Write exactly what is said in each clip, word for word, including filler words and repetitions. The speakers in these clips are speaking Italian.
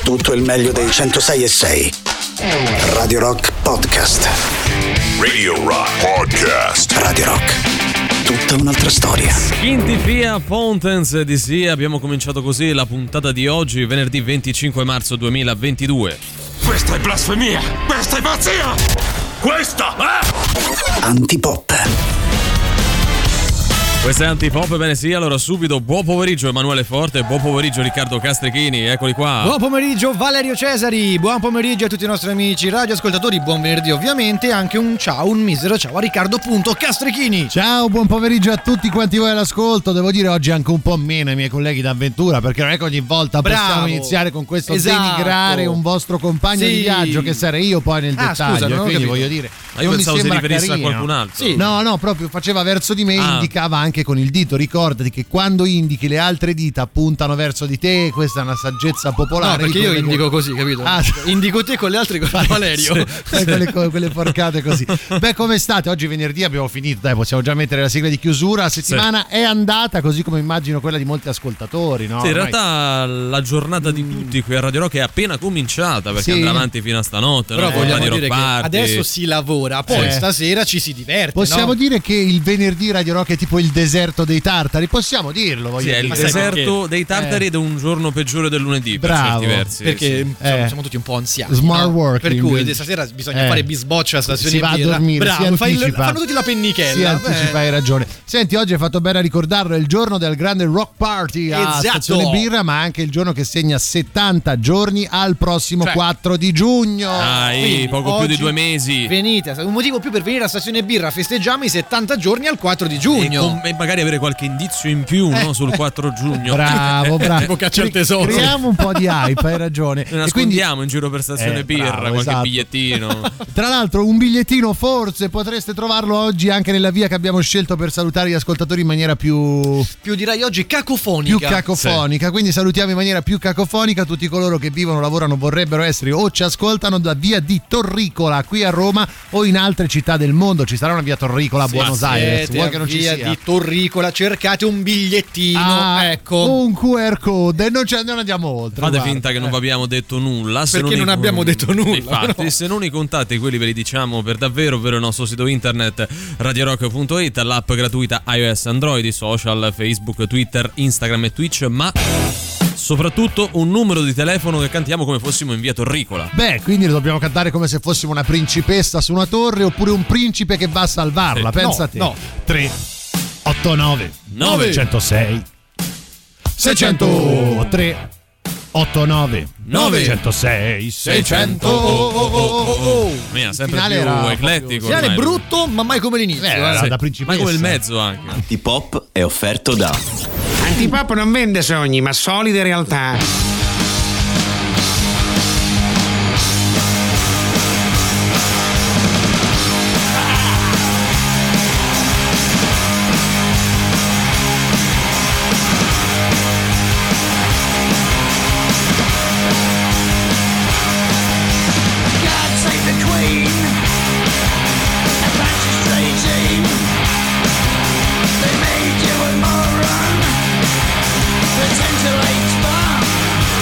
tutto il meglio dei centosei e sei. Radio Rock Podcast. Radio Rock Podcast. Radio Rock. Tutta un'altra storia. Skinty Fia Fountains di sì, abbiamo cominciato così la puntata di oggi, venerdì venticinque marzo duemilaventidue. Questa è blasfemia! Questa è pazzia! Questa è... Antipop. Questo è Antipop, bene sì, allora subito buon pomeriggio Emanuele Forte, buon pomeriggio Riccardo Castrichini, eccoli qua. Buon pomeriggio Valerio Cesari, buon pomeriggio a tutti i nostri amici radioascoltatori, buon venerdì ovviamente, anche un ciao, un misero ciao a Riccardo punto Castrichini. Ciao, buon pomeriggio a tutti quanti voi all'ascolto, devo dire oggi anche un po' meno ai miei colleghi d'avventura, perché non è che ogni volta Bravo. possiamo iniziare con questo Esatto. denigrare un vostro compagno Sì. di viaggio, che sarei io poi nel Ah, dettaglio, scusa, non ho quindi capito. voglio dire, Ma io non pensavo mi si sembra riferisse carino. a qualcun altro. Sì. No, no, proprio faceva verso di me, Ah. indicava anche con il dito. Ricordati che quando indichi le altre dita puntano verso di te, questa è una saggezza No, popolare. perché io Ricorda che- indico così, capito? Ah. Indico te con le altre con Valerio. Sai, quelle, co- quelle porcate così. Beh, come state? Oggi venerdì abbiamo finito, dai, possiamo già mettere la sigla di chiusura. La settimana è andata così come immagino quella di molti ascoltatori, no? Sì, in Ormai- realtà la giornata di tutti qui a Radio Rock è appena cominciata, perché Sì. andrà avanti fino a stanotte. Però no? vogliamo Radio dire Rock che Party. adesso si lavora, poi Eh. stasera ci si diverte. Possiamo no? dire che il venerdì Radio Rock è tipo il deserto dei tartari? Possiamo dirlo, voglio Sì, è il dire. sai deserto dei tartari Eh. ed è un giorno peggiore del lunedì per Bravo, certi versi. Perché sì. insomma, Eh. siamo tutti un po' anziani. Smart no? working. Per cui stasera bisogna Eh. fare bisboccia a stazione Si va a birra. dormire, Bravo, si fai il- anticipa. fanno tutti la pennichella. Sì, anticipa, Eh. hai ragione. Senti, oggi hai fatto bene a ricordarlo, è il giorno del grande rock party a Esatto. Stazione Birra, ma anche il giorno che segna settanta giorni al prossimo Cioè. quattro di giugno. Dai, Quindi poco più di oggi due mesi. Venite, un motivo più per venire a Stazione Birra, festeggiamo i settanta giorni al quattro di E, giugno. con- e magari avere qualche indizio in più, Eh. no? Sul quattro giugno. Bravo, bravo. Tipo caccia al Cre- tesoro. Creiamo un po' di hype, hai ragione. Ne E quindi, nascondiamo in giro per stazione Eh, birra, bravo, qualche esatto. bigliettino. tra l'altro, un bigliettino forse potreste trovarlo oggi anche nella via che abbiamo scelto per salutare gli ascoltatori in maniera più Più direi oggi cacofonica. più cacofonica, quindi salutiamo in maniera più cacofonica tutti coloro che vivono, lavorano, vorrebbero essere o ci ascoltano da via di Torricola qui a Roma o in altre città del mondo. Ci sarà una via Torricola a Sì, Buenos ma Aires, siete vuoi a che non ci via sia? di Torricola, cercate un bigliettino, Ah, ecco. un Q R code e non, ce- non andiamo oltre. Fate guarda. finta che non vi abbiamo detto nulla. Se Perché i- non abbiamo detto nulla, Infatti, no? se non i contatti, quelli ve li diciamo per davvero, ovvero il nostro sito internet radiorock punto it, l'app gratuita iOS, Android, i social, Facebook, Twitter, Instagram e Twitch, ma soprattutto un numero di telefono che cantiamo come fossimo in via Torricola. Beh, quindi lo dobbiamo cantare come se fossimo una principessa su una torre oppure un principe che va a salvarla. Sì. Pensa No, a te. no. tre otto nove Nove. centosei seicentotre ottantanove Nove. centosei seicento. Mia, sempre finale più era eclettico. Finale ormai. brutto, ma mai come l'inizio. Eh, eh. era Sì, da principessa. ma come il mezzo anche. Antipop è offerto da Antipop non vende sogni, ma solide realtà. Pretend to hate fun.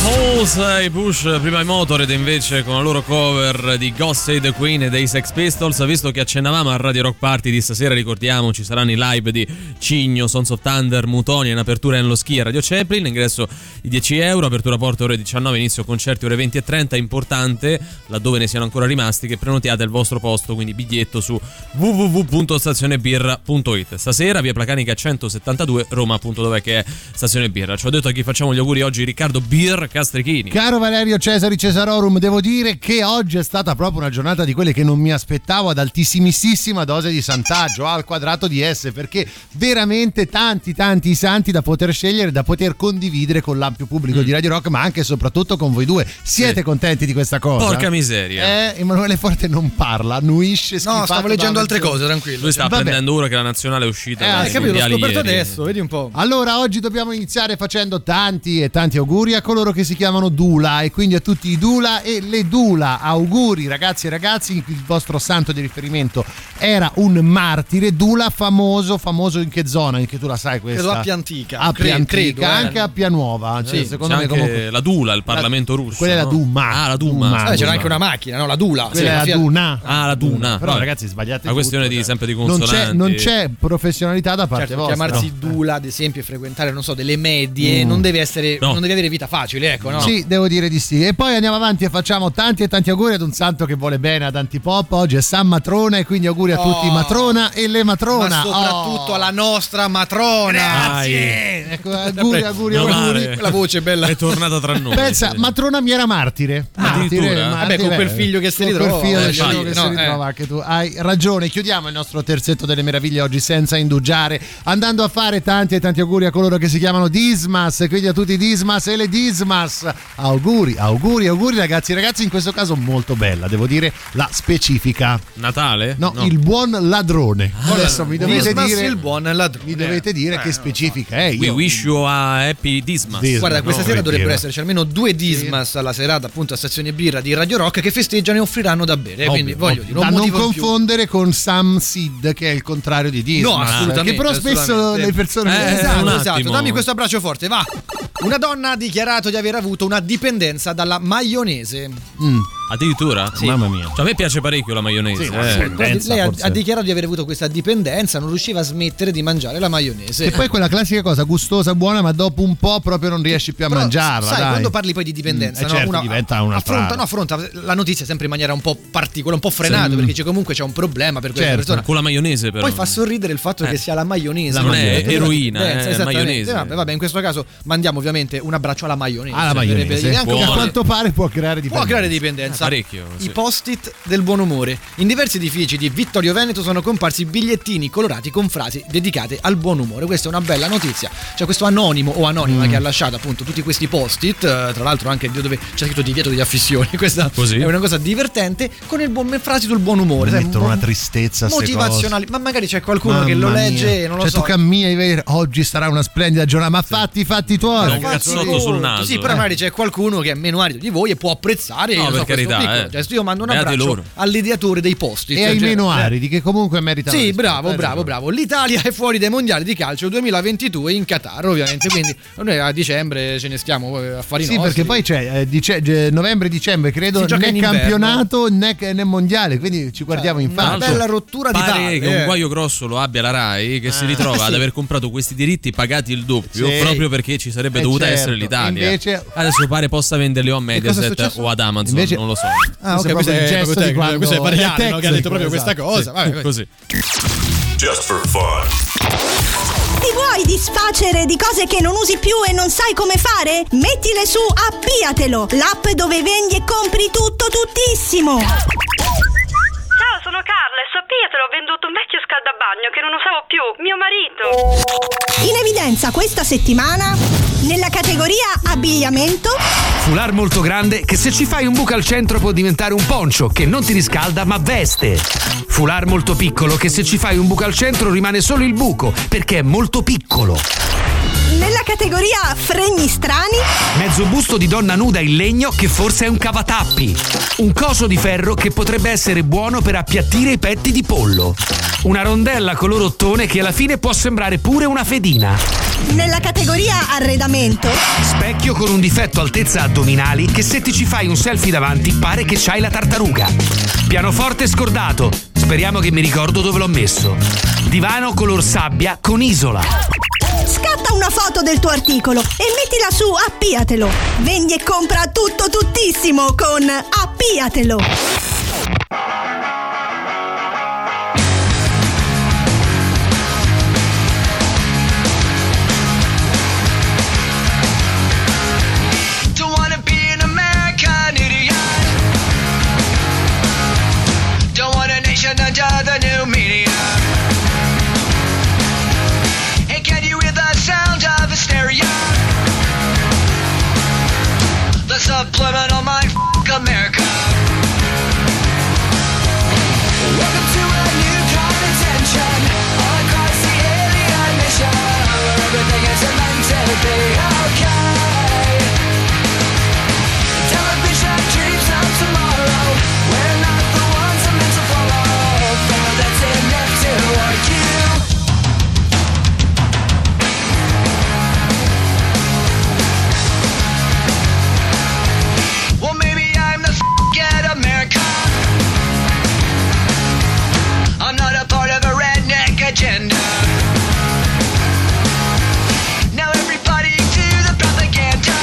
Holes e Push prima i Motorhead invece con la loro cover di God Save the Queen e dei Sex Pistols. Visto che accennavamo al Radio Rock Party di stasera, ricordiamo ci saranno i live di Cigno, Sons of Thunder, Mutoni in apertura nello Ski a Radio Chaplin, ingresso di dieci euro, apertura porte ore diciannove, inizio concerti ore venti e trenta. Importante, laddove ne siano ancora rimasti, che prenotiate il vostro posto, quindi biglietto su w w w punto stazione birra punto it. Stasera via Placanica centosettantadue Roma, appunto, dove che è Stazione Birra. Ci ho detto a chi facciamo gli auguri oggi, Riccardo Bir Castrichini. Caro Valerio Cesari Cesarorum, devo dire che oggi è stata proprio una giornata di quelle che non mi aspettavo, ad altissimissima dose di santaggio al quadrato di S, perché veramente tanti tanti santi da poter scegliere, da poter condividere con l'ampio pubblico mm. di Radio Rock, ma anche e soprattutto con voi due. Siete sì. contenti di questa cosa? Porca miseria. Eh, Emanuele Forte non parla, annuisce. No, stavo leggendo altre cose, tranquillo. Lui sta Vabbè. apprendendo ora che la nazionale è uscita. Eh, hai capito, l'ho scoperto ieri. adesso, vedi un po'. Allora, oggi dobbiamo iniziare facendo tanti e tanti auguri a coloro che si chiamano Dula, e quindi a tutti i Dula e le Dula. Auguri ragazzi e ragazzi, il vostro santo di riferimento era un martire, Dula famoso, famoso in che zona? In che tu la sai questa? Credo Appia Antica. Appia Antica, credo, eh. anche Appia Nuova. Cioè, Sì, secondo c'è me anche comunque la Dula, il Parlamento la, russo. Quella è la no? Duma. Ah, la Duma. Duma. Eh, c'era anche una macchina, no? La Dula. Quella sì, è la Fiat... Duna. Ah, la Duna. Però Vabbè. ragazzi sbagliate una questione tutto, di cioè. sempre di non consonanti. c'è, non c'è professionalità da parte Certo, vostra. chiamarsi no. Dula, ad esempio, e frequentare, non so, delle medie, Mm. non deve essere, No. non deve avere vita facile, ecco, no? Sì, devo dire di sì. E poi andiamo avanti e facciamo tanti e tanti auguri ad un santo che vuole bene ad Antipop. Oggi è San Matrona, e quindi auguri a Oh. tutti Matrona e le Matrona. Ma soprattutto Oh. alla nostra matrona. Grazie. Ecco, auguri, auguri, Meno auguri. male. La voce bella. È tornata tra noi. Pensa, sì. Matrona mi era martire. Addirittura? Martire, Vabbè, con quel figlio che si con ritrova, quel figlio eh, che infatti, si no, ritrova eh. anche tu. Hai ragione. Chiudiamo il nostro terzetto delle meraviglie oggi senza indugiare, andando a fare tanti e tanti auguri a coloro che si chiamano Dismas, quindi a tutti i Dismas e le Dismas. Auguri, auguri, auguri ragazzi e ragazzi, in questo caso molto bella, devo dire, la specifica. Natale? No, il buon ladrone. Adesso mi dovete Dismas, dire il buon ladrone. mi dovete dire che specifica è. We Io wish you a happy Dismas. Dismas. Guarda, questa No, sera ritiro. dovrebbero esserci almeno due Dismas alla serata, appunto, a Stazione Birra di Radio Rock, che festeggiano e offriranno da bere. Ovvio, Quindi voglio ovvio. dire, un da non motivo in più. confondere con Sam Sid, che è il contrario di Dismas. No, assolutamente, Che però spesso assolutamente. le persone Eh, Esatto, un esatto. attimo. Dammi questo abbraccio forte, va. Una donna ha dichiarato di aver avuto una dipendenza dalla maionese. Mm. Addirittura? Sì. Mamma mia. Cioè, a me piace parecchio la maionese. Sì, eh. ma sì. Dipendenza, Lei ha, forse. ha dichiarato di aver avuto questa dipendenza, non riusciva a smettere di mangiare la maionese. E poi quella classica cosa gustosa, buona, ma dopo un po' proprio non riesci più a Però, mangiarla. sai, dai. quando parli poi di dipendenza, Mm, eh no? certo, Una- diventa un'altra- affronta, no, affronta la notizia sempre in maniera un po' particolare, un po' frenato, Sì. perché c'è, comunque c'è un problema per questa Certo. persona. Con la maionese, però. Poi fa sorridere il fatto Eh. che sia la maionese. La non è maionese. eroina, Eh, è esattamente. maionese. Vabbè, vabbè, in questo caso mandiamo ovviamente un abbraccio alla maionese. alla Cioè, maionese, per- anche che a buona. quanto pare può creare dipendenza. può creare dipendenza. Parecchio, sì. I post-it del buon umore. In diversi edifici di Vittorio Veneto sono comparsi bigliettini colorati con frasi dedicate al buon umore. Questa è una bella notizia. C'è questo anonimo o anonima Mm. che ha lasciato appunto tutti questi post-it, eh, tra l'altro anche dove c'è scritto divieto degli affissioni. Questa Così. è una cosa divertente, con il buon, frasi sul buon umore. Mi sai, mettono mo- una tristezza ste motivazionali, ma magari c'è qualcuno che lo Mamma legge mia. e non lo cioè, so. tu cammini e vedi, oggi sarà una splendida giornata, ma fatti i fatti tuoi. No, un ragazzi. cazzotto Sì, sul naso. Sì, però eh. magari c'è qualcuno che è meno arido di voi e può apprezzare No, non per so, questo carità, piccolo eh. gesto. Io mando un Beati abbraccio loro. all'ideatore dei post-it. E ai cioè, meno eh, aridi che comunque meritano Sì, rispetto. bravo, Hai bravo, ragione. bravo. L'Italia è fuori dai mondiali di calcio duemilaventidue in Qatar, ovviamente. Quindi noi a dicembre ce ne stiamo a fare i Sì, nostri. perché poi c'è eh, dice- eh, novembre-dicembre, credo, Si gioca né in inverno. campionato né, né mondiale, quindi ci guardiamo in una faccia. bella rottura di Pare palle, che un eh. guaio grosso lo abbia la Rai, che si ritrova ad aver comprato questi diritti pagati il doppio, Sì. proprio perché ci sarebbe Eh, dovuta certo. essere l'Italia. Invece- Adesso pare possa venderli o a cosa è Mediaset successo? o ad Amazon, Invece- non lo so. Ah, ok, Questo è questo proprio il è, gesto proprio di tecnico, quando- questo è Pariano, è no, che ha detto proprio tecnico, questa esatto. cosa. Vai, vai. Così. Just for fun. Ti vuoi disfacere di cose che non usi più e non sai come fare? Mettile su Appiatelo, l'app dove vendi e compri tutto tuttissimo. Ciao, sono Carla e su Appiatelo ho venduto un vecchio scaldabagno che non usavo più, mio marito. In evidenza questa settimana, nella categoria abbigliamento, Foulard molto grande che se ci fai un buco al centro può diventare un poncho che non ti riscalda ma veste. Foulard molto piccolo che se ci fai un buco al centro rimane solo il buco perché è molto piccolo. nella categoria fregni strani, Mezzo mezzo busto di donna nuda in legno che forse è un cavatappi. Un coso di ferro che potrebbe essere buono per appiattire i petti di pollo. Una rondella color ottone che alla fine può sembrare pure una fedina. Nella categoria arredamento, Specchio con un difetto altezza addominali che se ti ci fai un selfie davanti pare che c'hai la tartaruga. Pianoforte scordato, speriamo che mi ricordo dove l'ho messo. Divano color sabbia con isola. scatta una foto del tuo articolo e mettila su Appiatelo. Vendi e compra tutto tuttissimo con Appiatelo. Under the new media. And can you hear the sound of hysteria? The subliminal mind f*** America. Welcome to a new kind of tension all across the alien mission, where everything is meant to be okay. Television dreams of tomorrow, we're not the ones I'm meant to follow. That's enough to argue. Well, maybe I'm the f***ing America. I'm not a part of a redneck agenda. Now everybody to the propaganda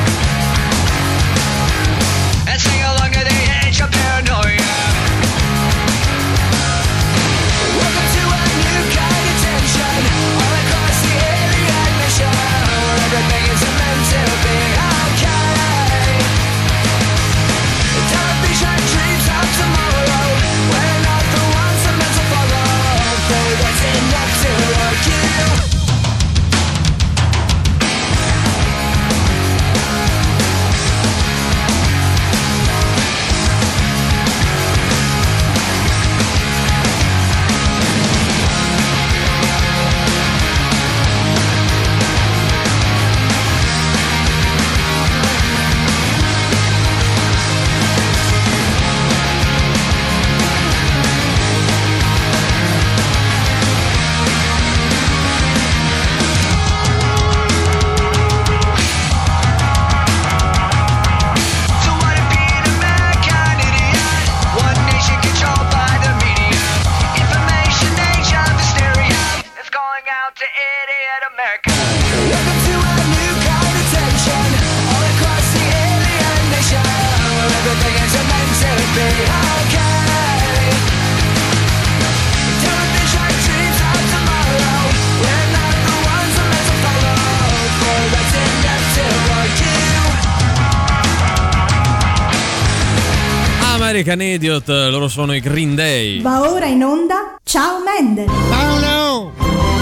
and sing along to the age of paranoia. Welcome to a new kind of tension all across the alien mission, where everything is meant to be okay. Television dreams of tomorrow, we're not the ones I'm meant to follow. Babe, that's enough to argue. American Idiot, loro sono i Green Day. Va ora in onda Ciao Mendel. Paolo!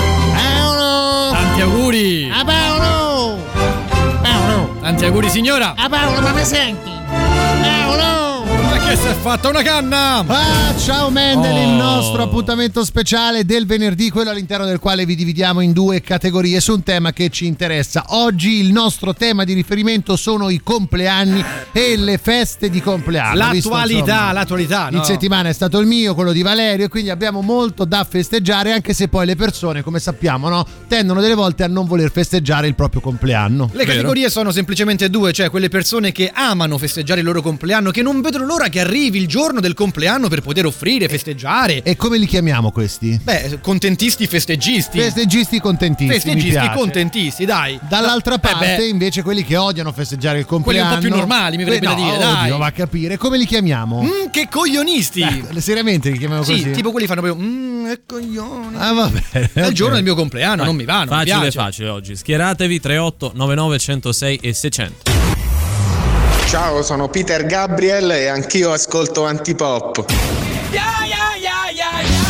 Paolo! Tanti auguri! A Paolo! Paolo! Tanti auguri signora! A Paolo, ma mi senti? Paolo! Ma che si è fatta una canna? Ah, ciao Mendel, Oh. il nostro appuntamento speciale del venerdì, quello all'interno del quale vi dividiamo in due categorie su un tema che ci interessa. Oggi il nostro tema di riferimento sono i compleanni e le feste di compleanno. L'attualità, Visto, insomma, l'attualità, no? in settimana è stato il mio, quello di Valerio, e quindi abbiamo molto da festeggiare, anche se poi le persone, come sappiamo, no, tendono delle volte a non voler festeggiare il proprio compleanno. Le categorie sono semplicemente due, cioè quelle persone che amano festeggiare il loro compleanno, che non vedono l'ora che arrivi il giorno del compleanno per poter offrire, festeggiare. E come li chiamiamo questi? Beh, contentisti festeggisti. Festeggisti contentisti. mi Festeggisti piace. contentisti, dai. Dall'altra Eh parte beh, invece quelli che odiano festeggiare il quelli compleanno. un po' più normali, mi verrebbe Eh, da no, dire, dai. oddio, va a capire. Come li chiamiamo? Mm, che coglionisti. Eh, seriamente li chiamiamo Sì, così? tipo quelli fanno proprio mm, che coglioni. Ah, vabbè. È il giorno del mio compleanno, non mi va, non mi Facile piace. facile oggi. Schieratevi tre otto nove nove uno zero sei e seicento. Ciao, sono Peter Gabriel e anch'io ascolto Antipop. Yeah, yeah, yeah, yeah, yeah.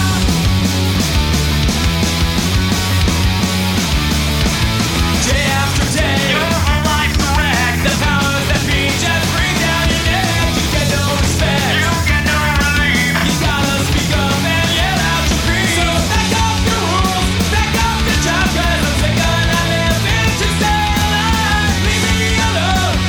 Day after day, your life's a wreck. The powers that be just bring down your neck. You get no respect, you get no relief. You gotta speak up and yell out your creed. So back up your rules, back up your job, 'cause I'm sick of not living to stay alive. Leave me alone,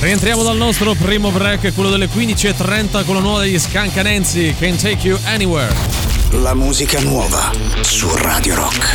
Rientriamo dal nostro primo break, quello delle quindici e trenta, con la nuova degli Skunk Anansi, Can't Take You Anywhere. La musica nuova su Radio Rock.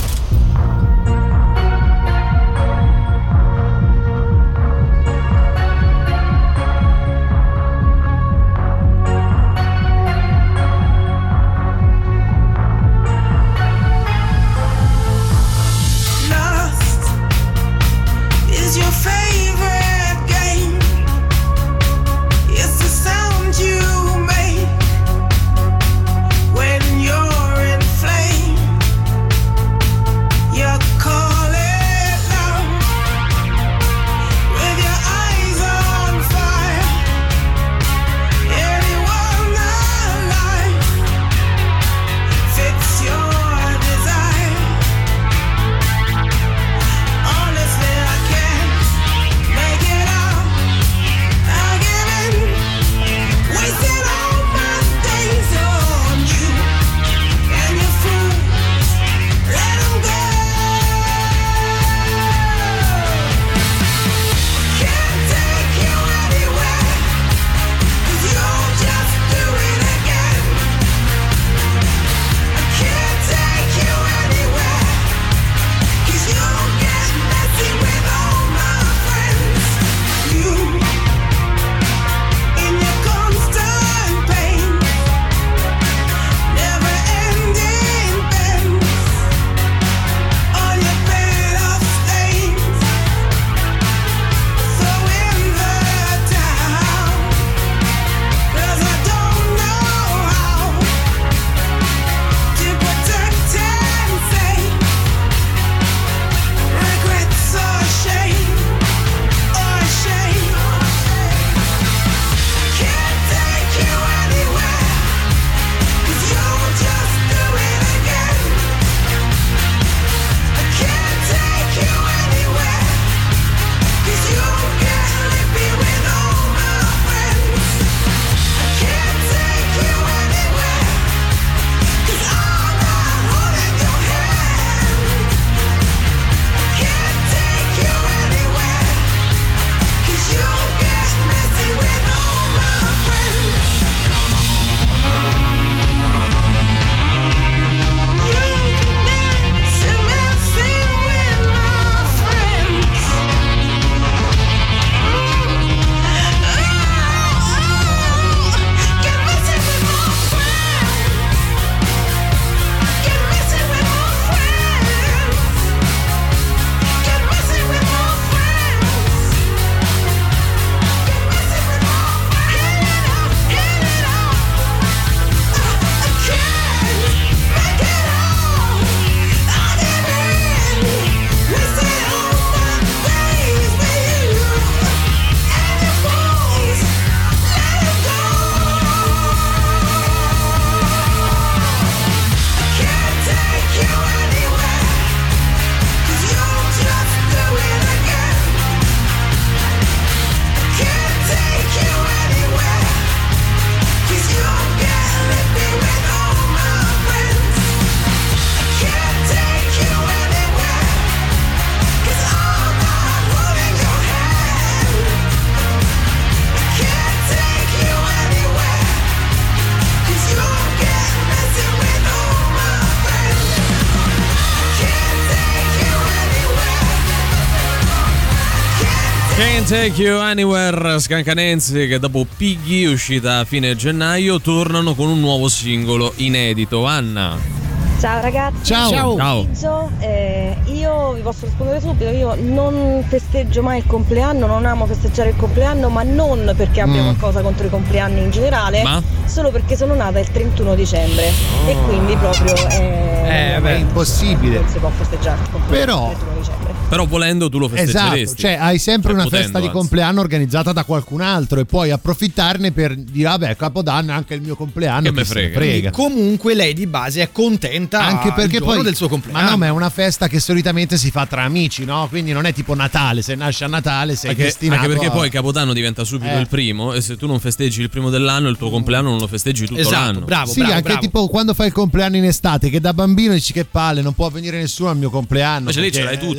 Can't Take You Anywhere, Skunk Anansi, che dopo Piggy, uscita a fine gennaio, tornano con un nuovo singolo inedito. Anna. Ciao ragazzi. Ciao. Ciao. Ciao. Eh, io vi posso rispondere subito, io non festeggio mai il compleanno, non amo festeggiare il compleanno, ma non perché abbia Mm. qualcosa contro i compleanni in generale, Ma? solo perché sono nata il trentuno dicembre e quindi proprio eh, Eh, beh, è impossibile. non si può festeggiare il compleanno Però- il trentuno dicembre. Però volendo tu lo festeggeresti. Esatto, cioè hai sempre Cioè, una potendo, festa di anzi. compleanno organizzata da qualcun altro e puoi approfittarne per dire vabbè, Capodanno è anche il mio compleanno, Che me chi se ne frega. frega. Quindi comunque lei di base è contenta Anche perché il giorno poi del suo compleanno. Ma no, ma è una festa che solitamente si fa tra amici, no? Quindi non è tipo Natale, se nasci a Natale sei Anche, destinato anche perché a- poi Capodanno diventa subito Eh. il primo, e se tu non festeggi il primo dell'anno, il tuo compleanno non lo festeggi tutto l'anno. Sì, anche tipo quando fai il compleanno in estate, che da bambino dici che palle, non può venire nessuno al mio compleanno. Invece lì perché- ce l'hai tutti, eh, scusami.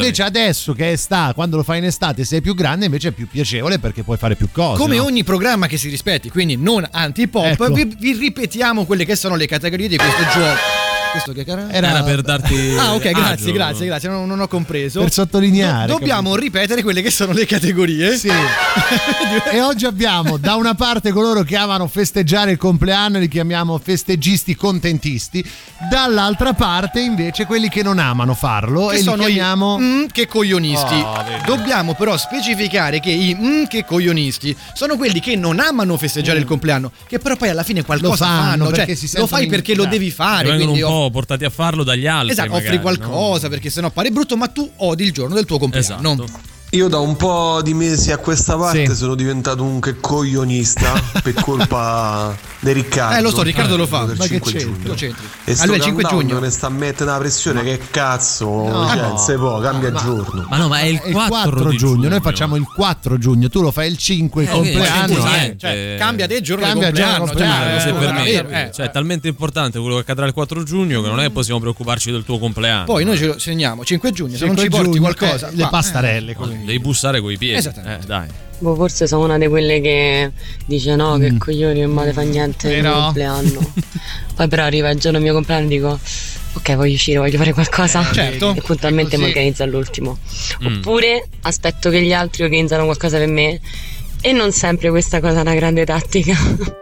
Invece adesso che è estate, quando lo fai in estate sei più grande, invece è più piacevole perché puoi fare più cose. Come no? ogni programma che si rispetti, quindi non antipop, Ecco. vi, vi ripetiamo quelle che sono le categorie di questo gioco. Questo che era? Era per darti Ah, ok, grazie, agio. grazie, grazie. Non, non ho compreso. Per sottolineare. Do- dobbiamo capito? ripetere quelle che sono le categorie. Sì. E oggi abbiamo da una parte coloro che amano festeggiare il compleanno, li chiamiamo festeggisti contentisti, dall'altra parte invece quelli che non amano farlo Che e li sono chiamiamo i mm, che coglionisti. Oh, vedi. Dobbiamo però specificare che i mm, che coglionisti sono quelli che non amano festeggiare il compleanno, che però poi alla fine qualcosa Lo fanno cioè, perché si lo sentono fai perché lo in- devi Che fare, vengono quindi un off- po' portati a farlo dagli altri. esatto, magari, offri qualcosa no? perché sennò pare brutto, ma tu odi il giorno del tuo compleanno. Esatto. Io da un po' di mesi a questa parte Sì. sono diventato un che coglionista per colpa di Riccardo. Eh, lo so, Riccardo lo fa. Del Ma che cinque c'entri? giugno. Lo c'entri. E Ah, sto lui è il cinque countdown giugno. me ne sta a mettere una pressione che cazzo, No. cioè, non si può, cambia giorno. Ma no, ma è il È il quattro, quattro di giugno. Noi facciamo il quattro giugno, tu lo fai il cinque, il Eh, compleanno. ok, eh. niente. Cioè, cambia te il giorno Cambia del il giorno compleanno. del compleanno, se cioè, per me, davvero, eh. cioè, è talmente importante quello che accadrà il quattro giugno che non è che possiamo preoccuparci del tuo compleanno. Poi noi ce lo segniamo cinque giugno, se non ci cinque porti giugno, qualcosa, eh, le qua, pastarelle eh, così. Devi bussare coi piedi. Esattamente. Eh, dai. Boh, forse sono una di quelle che dice no, che Mm. coglioni, non me ne fa niente il Però- mio compleanno. Poi però arriva il giorno del mio compleanno e dico ok, voglio uscire, voglio fare qualcosa. certo. E puntualmente mi Così. organizzo all'ultimo. Mm. Oppure aspetto che gli altri organizzano qualcosa per me. E non sempre questa cosa è una grande tattica.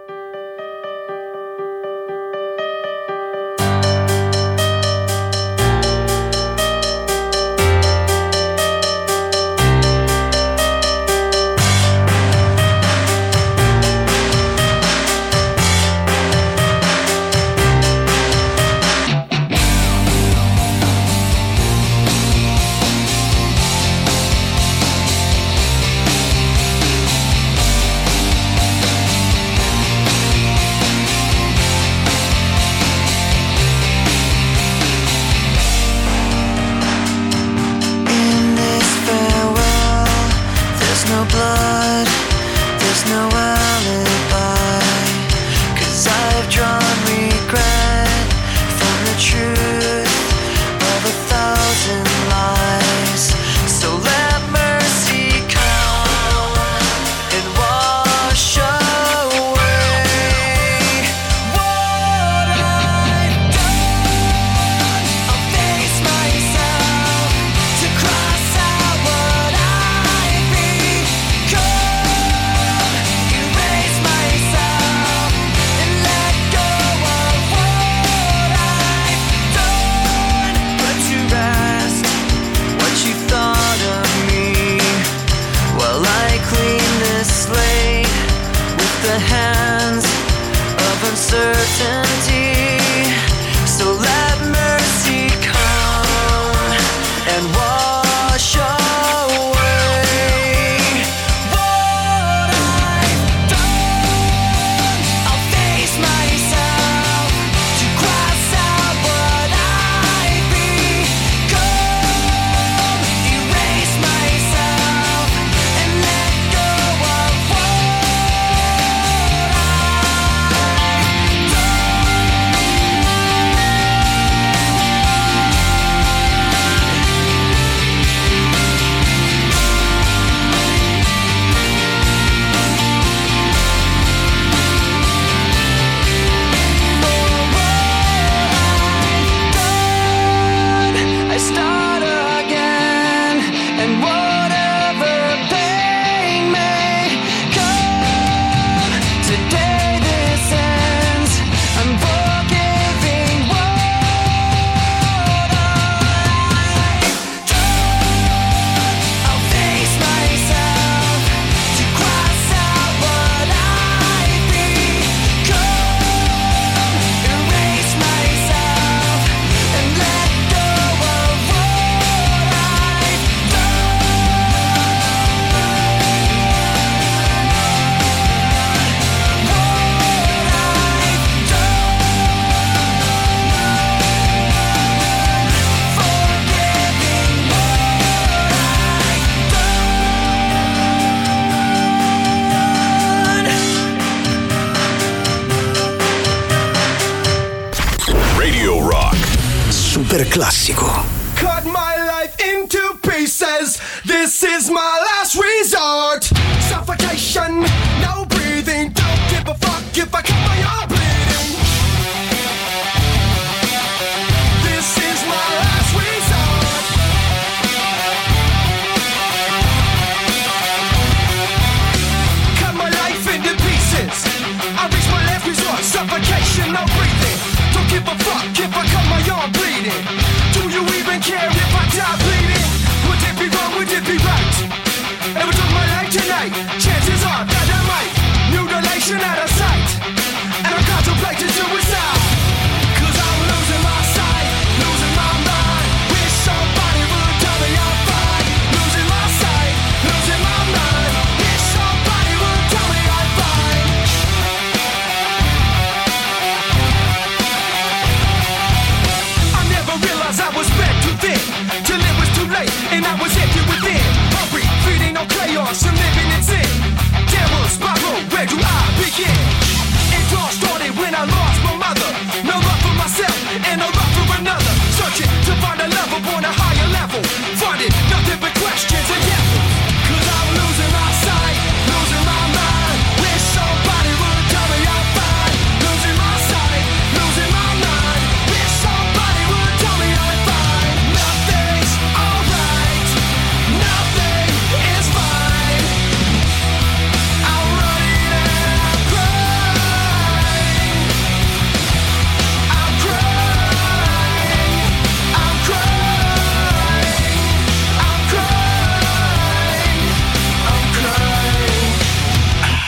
In this farewell, there's no blood, there's no alibi. Cause I've drawn regret from the truth of a thousand lies. So let mercy come and wash away what I've done. I'll face myself to cross out what I've become, erase myself and let go of what I've done. Put to rest what you thought of me while I clean this slate with the hands of uncertainty. So let mercy come and wash away what I've done. I'll face myself to cross out what I've become, erase myself and let go of what I've I start again, and whatever pain may come, today this ends. I'm forgiving what I've done. I'll face myself to cross out what I've become, erase myself and let go of what I've Radio Rock. Super classico. cut my life into pieces. pieces. This is my last resort. Suffocation, no breathing. Don't give a fuck if I cut my arm bleeding. This is my last resort. Cut my life into pieces. I reach my last resort. Suffocation, no breathing. Don't give a fuck if I cut my arm bleeding. Do you even care if I die bleeding? Would it be wrong, would it be right? Ever took my life tonight? Chances are that I might. Mutilation out of sight. And I'm contemplating suicide. Cause I'm losing my sight, losing my mind. Wish somebody would tell me I'm fine. Losing my sight, losing my mind. Wish somebody would tell me I'm fine. I never realized I was bent too thin, till it was too late and I was empty within. Hungry, feeding on chaos and living in sin. Terror spiral, where do I begin? It all started when I lost my mother. No love for myself and no love for another. Searching to find a love upon a higher level. Finding nothing but questions and devils. Cause I'm losing my sight, losing my mind. Wish somebody would tell me I'm fine. Losing my sight, losing my mind. Wish somebody would tell me I'm fine. Nothing's alright, nothing is fine. I'm running and I'm crying. I'm crying, I'm crying, I'm crying, I'm crying.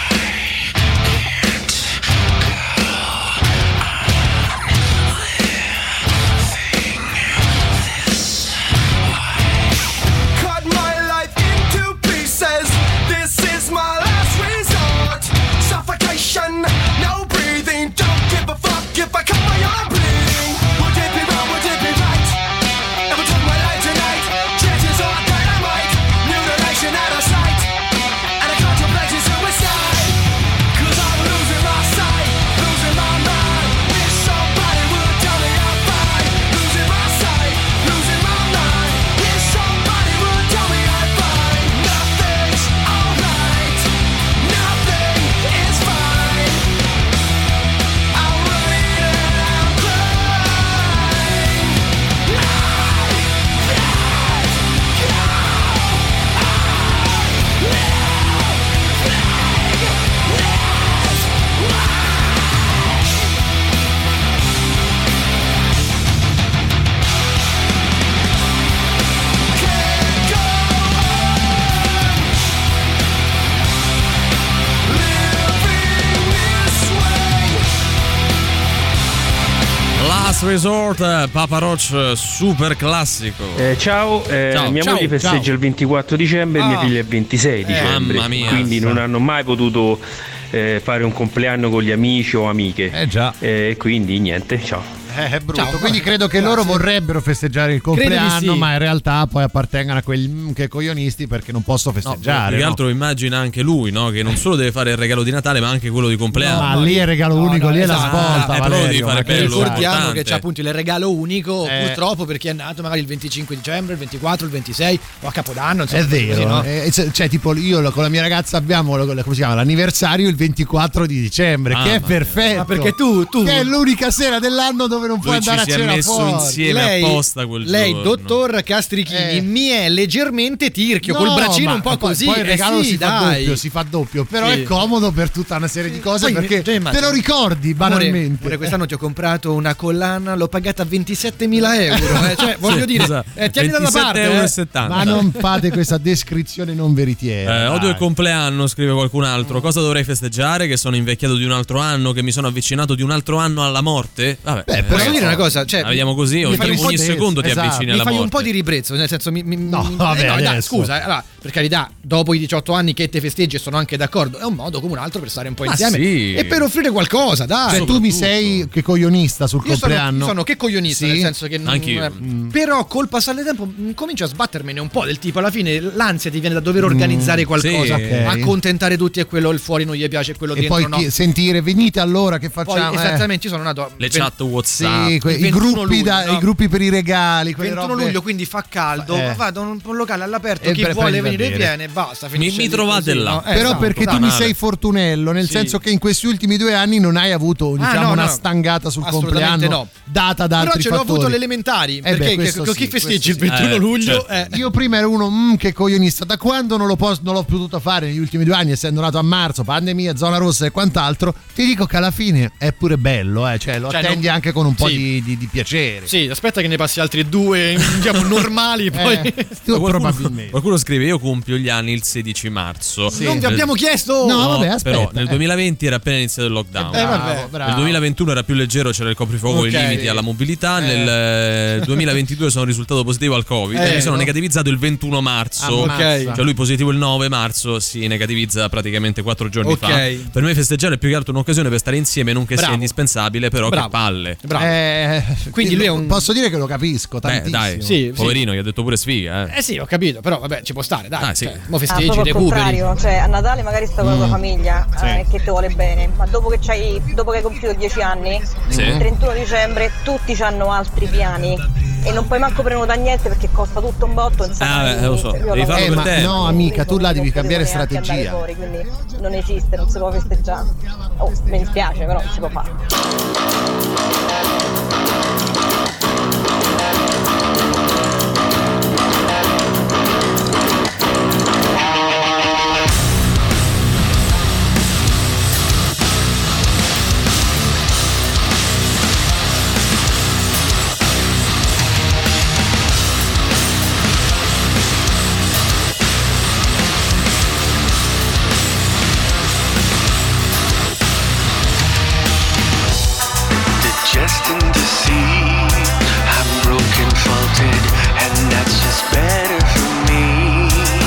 Cut my life into pieces. This is my last resort. Suffocation, no breathing. Don't give a fuck if I cut my arm bleeding. Would it be wrong? Would it be right? Ever took my life tonight? Chances are that I might. Mutilation out of sight. And I contemplate suicide. Cause I'm losing my sight, losing my mind. Wish somebody would tell me I'm fine. Losing my sight, losing my mind. Wish somebody would tell me I'm fine. Nothing's alright, nothing is fine. I'm running and I'm crying. Last Resort, Papa Roach, super classico. Eh, ciao, eh, Ciao. mia Ciao, moglie festeggia ciao. il ventiquattro dicembre e mia Ah. figlia il ventisei dicembre. mamma mia. Quindi non hanno mai potuto eh, fare un compleanno con gli amici o amiche. Eh già. E quindi niente, ciao. Eh, è brutto, Ciao. quindi credo che loro vorrebbero festeggiare il Credo di compleanno, sì. ma in realtà poi appartengono a quegli mm, che coglionisti perché non posso Più festeggiare. che no? altro immagina anche lui, no? Che non solo deve fare il regalo di Natale, ma anche quello di compleanno. Ma lì è regalo unico, lì è la esatto. svolta. Eh, però Valerio, devi fare ma che bello, sai? Ricordiamo importante. che c'è appunto il regalo unico, Eh. purtroppo, per chi è nato magari il venticinque dicembre, il ventiquattro, il ventisei o a Capodanno. Insomma, È vero, così, no? eh, cioè, cioè, tipo io con la mia ragazza abbiamo lo- come si chiama, l'anniversario il ventiquattro di dicembre, Ah, che è ma- perfetto. Ma perché tu, tu Che è l'unica sera dell'anno dove non puoi Lui ci andare a si è cena messo fuori. insieme lei, apposta quel lei giorno. dottor Castrichini, Eh. mi è leggermente tirchio, No, col braccino ma un po' poi- così. Poi il regalo eh sì, si fa dai. doppio, si fa doppio, però Sì. è comodo per tutta una serie di cose Poi, perché cioè, immagino- te lo ricordi banalmente. Amore, amore, quest'anno ti ho comprato una collana, l'ho pagata ventisettemila euro. Eh. Cioè, voglio Sì, dire, esatto. eh, tieni dalla ventisette parte. euro e eh. settanta. Ma non fate questa descrizione non veritiera. Eh, dai. odio il compleanno, scrive qualcun altro. Cosa dovrei festeggiare? Che sono invecchiato di un altro anno, che mi sono avvicinato di un altro anno alla morte? Vabbè, Beh, eh, Posso però- dire una cosa? Cioè, la vediamo così, mi ogni, fai un po' ogni di- secondo ti esatto. avvicini mi alla fai morte. un po' di ribrezzo, nel senso, mi, mi, No, mi- vabbè, eh, no, dai, adesso. scusa, eh, allora, per carità, dopo i diciotto anni che te festeggi, e sono anche d'accordo, è un modo come un altro per stare un po' Ma insieme sì. e per offrire qualcosa, dai. Cioè, tu mi sei che coglionista sul Io sono, compleanno. io sono che coglionista, Sì? nel senso che non- Anch'io. eh, però col passare del tempo mh, comincio a sbattermene un po', del tipo alla fine l'ansia ti viene da dover organizzare qualcosa, sì, ok. accontentare tutti e quello il fuori non gli piace, quello E dentro poi no. chi- sentire venite allora che Poi facciamo? eh. esattamente, io sono nato Le ven- chat WhatsApp, WhatsApp. Sì, que- i, ventuno gruppi luglio, da- no? i gruppi per i regali, quelle ventuno robe- luglio, quindi fa caldo, Eh. vado in un locale all'aperto, E chi pre- vuole prendi da venire bere. viene, basta, Mi, finisce mi lì trovate così, là. no? Eh, Però esatto. perché tu mi banale. sei fortunello, nel Sì. senso che in questi ultimi due anni non hai avuto diciamo, Ah, no, una no. stangata sul Assolutamente compleanno no. data da Però altri ce l'ho fattori. avuto alle elementari, Eh perché beh, che- questo con sì, chi festeggi il questo sì. ventuno Eh, luglio? certo. eh. Io prima ero uno mm, che coglionista, da quando non, lo posso, non l'ho potuto fare negli ultimi due anni, essendo nato a marzo, pandemia, zona rossa e quant'altro, ti dico che alla fine è pure bello, eh, cioè lo Cioè, attendi non- anche con un po' sì. di, di- di piacere. Sì, aspetta che ne passi altri due, diciamo, normali, poi... Eh, tu Qualcuno, probabilmente. qualcuno scrive: io compio gli anli il sedici marzo. Non vi abbiamo chiesto! No, vabbè, aspetta. Però nel eh. duemilaventi era appena iniziato il lockdown. Eh, vabbè. Bravo, bravo. Nel duemilaventuno era più leggero, c'era il coprifuoco e Ok. i limiti alla mobilità. Nel eh, duemilaventidue sono risultato positivo al Covid Eh, e mi sono no. negativizzato il ventuno marzo. Ammazza. Cioè lui positivo il nove marzo, si negativizza praticamente quattro giorni Ok. fa. Per me festeggiare è più che altro un'occasione per stare insieme, non che Bravo. sia indispensabile, però Bravo. che palle. Bravo. Eh, Quindi lui è un- posso dire che lo capisco Beh, tantissimo. dai, Sì, sì. poverino, gli ha detto pure sfiga. Eh. Eh sì, ho capito, però vabbè, ci può stare, dai. Ah, sì. Cioè, mo Ah, festeggi, proprio al recuperi. contrario, cioè a Natale magari sta con la tua famiglia Sì. eh, che ti vuole bene, ma dopo che, c'hai, dopo che hai compiuto dieci anni, Sì. il trentuno dicembre tutti hanno altri piani e non puoi manco prenotare niente perché costa tutto un botto. Insomma, Ah, beh, lo so, io devi lavoro farlo Eh, per ma te. no, amica, tu là devi non cambiare potevo neanche andare strategia. fuori, quindi non esiste, non si può festeggiare. Oh, mi dispiace, però non si può fare. Destined to see I'm broken, faulted, and that's just better for me.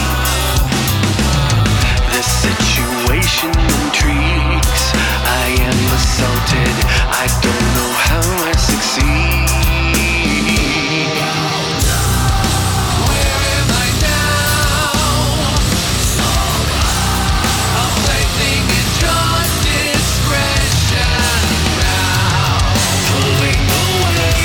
The situation intrigues. I am assaulted. I don't know how I succeed. Where am I now? I'm placing in your discretion now. Pulling away.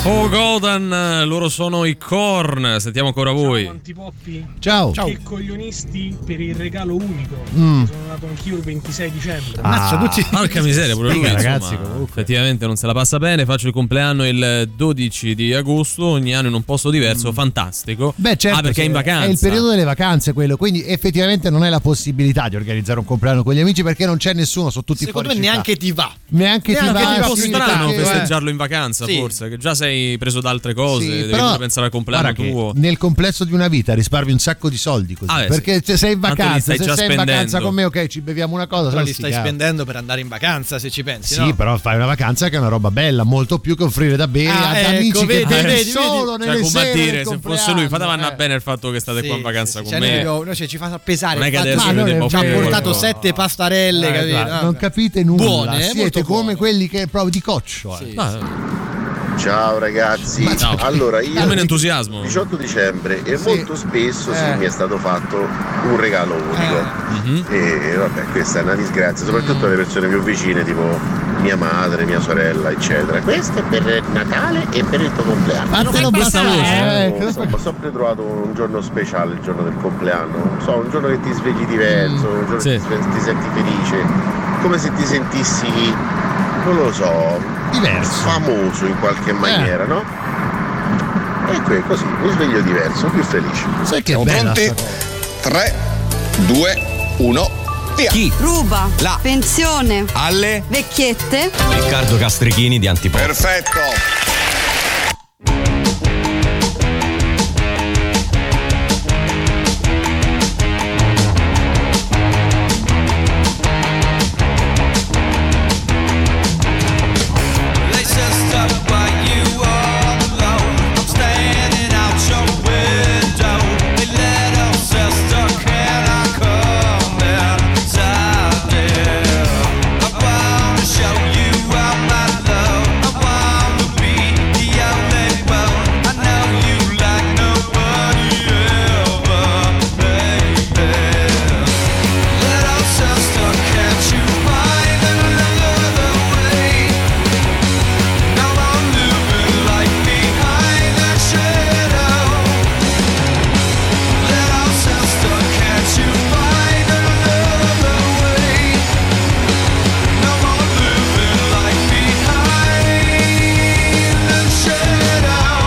Oh Godan, loro sono i Korn, sentiamo ancora voi. Ciao Antipoppi. Ciao. Che coglionisti per il regalo unico. Mm. Sono nato anch'io il ventisei dicembre. Ah, porca miseria, pure lui, Figa, insomma, ragazzi, comunque. effettivamente non se la passa bene. Faccio il compleanno il dodici di agosto, ogni anno in un posto diverso, fantastico. Beh, certo, ah, perché è in vacanza. È il periodo delle vacanze quello, quindi effettivamente non è la possibilità di organizzare un compleanno con gli amici perché non c'è nessuno, sono tutti Secondo fuori me città. neanche ti va. Neanche, È ti va. un po' sì, strano perché- festeggiarlo in vacanza, Sì. forse, che già sei preso da altre cose, Sì, devi però, pure pensare al compleanno guarda che tuo. nel complesso di una vita risparmi un sacco di soldi così, Ah, beh, perché sì. se sei in Tanto li vacanza, stai se già sei in vacanza spendendo. con me, ok, ci beviamo una cosa, Però se li no stai sti cazzi. spendendo per andare in vacanza, se ci pensi, Sì, no? però fai una vacanza che è una roba bella, molto più che offrire da bere Ah, ad ecco, amici vedi, che vedi, solo Cioè, nelle come a sere dire, del se fosse compleanno, lui, fate vanno eh. bene il fatto che state Sì, qua in vacanza sì, con cioè, me. noi, proprio- noi ci, ci fa pesare Non è il che fatto- adesso Ma vi noi devo ci ha fare portato quello. sette pastarelle, Eh, capito? guarda, No? non capite nulla, Buone, eh, siete molto come buone. quelli che proprio di coccio. eh. Ciao ragazzi, ciao. allora io Come in entusiasmo. diciotto dicembre e Sì. molto spesso sì, Eh. mi è stato fatto un regalo unico Mhm. e vabbè questa è una disgrazia soprattutto alle persone più vicine tipo mia madre, mia sorella eccetera. Questo è per Natale e per il tuo compleanno. Fatelo questa passare, voce, eh, Ho, cosa fai? ho sempre trovato un giorno speciale il giorno del compleanno, non so, un giorno che ti svegli diverso, un giorno Sì. che ti, sve- ti senti felice, come se ti sentissi, non lo so, Diverso. famoso in qualche maniera, no? E qui è così, mi sveglio diverso, più felice. Sai che Siamo bella pronti? sta cosa. tre, due, uno, via! Chi? Ruba. La. Pensione. Alle Vecchiette. Riccardo Castrichini di Antipop. Perfetto! They said stop by you all alone. I'm standing out your window. They let us sister, can I come inside there? I wanna show you all my love. I wanna be the only one. I know you like nobody ever, baby. Little sister, can't you find another way? Now I'm living like behind that shadow. Little sister, can't you find another way? Now I'm living like behind that shadow.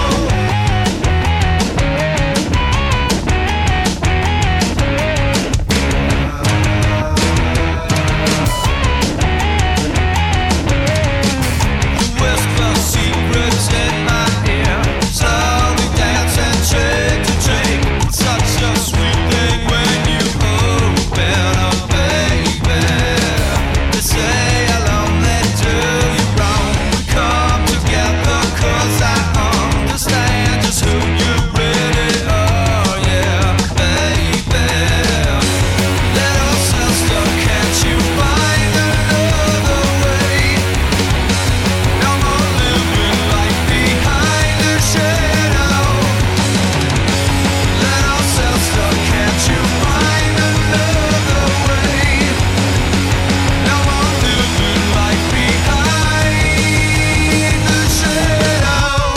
Whisper secrets in my ear, slowly dancing trick to trick. Such a sweet thing when you open up, baby. They say I'll only do you wrong. We come together 'cause I understand just who you really are, yeah, baby. Little sister, can't you find another way? Now I'm living like behind the shadow. Little sister, can't you find another way? Now I'm living like behind the shadow.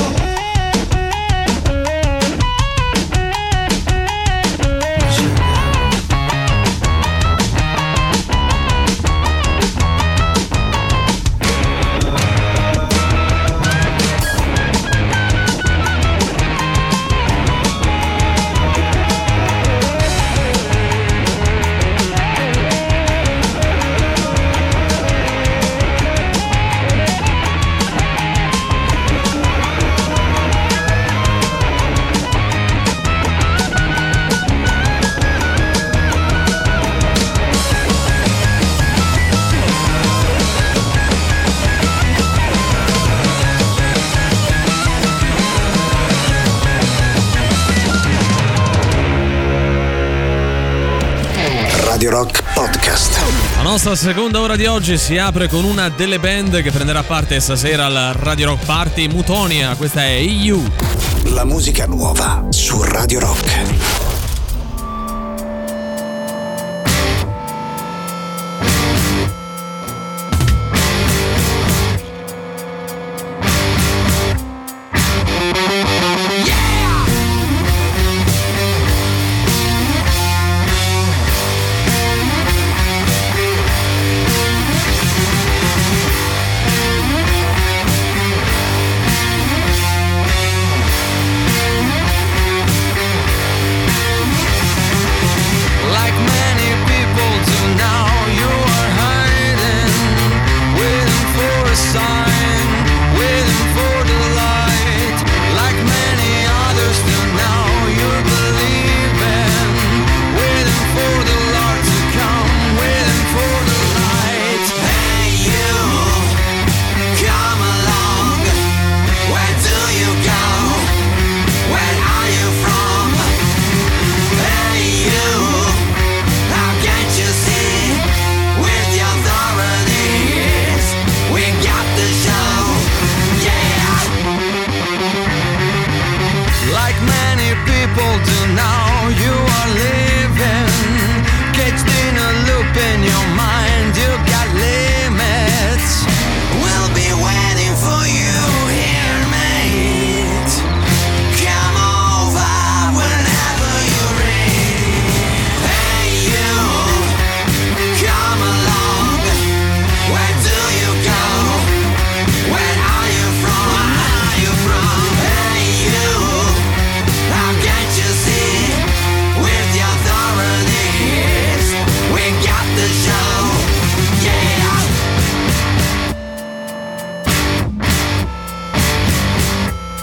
Radio Rock Podcast. La nostra seconda ora di oggi si apre con una delle band che prenderà parte stasera al Radio Rock Party, Mutonia. Questa è E U. La musica nuova su Radio Rock.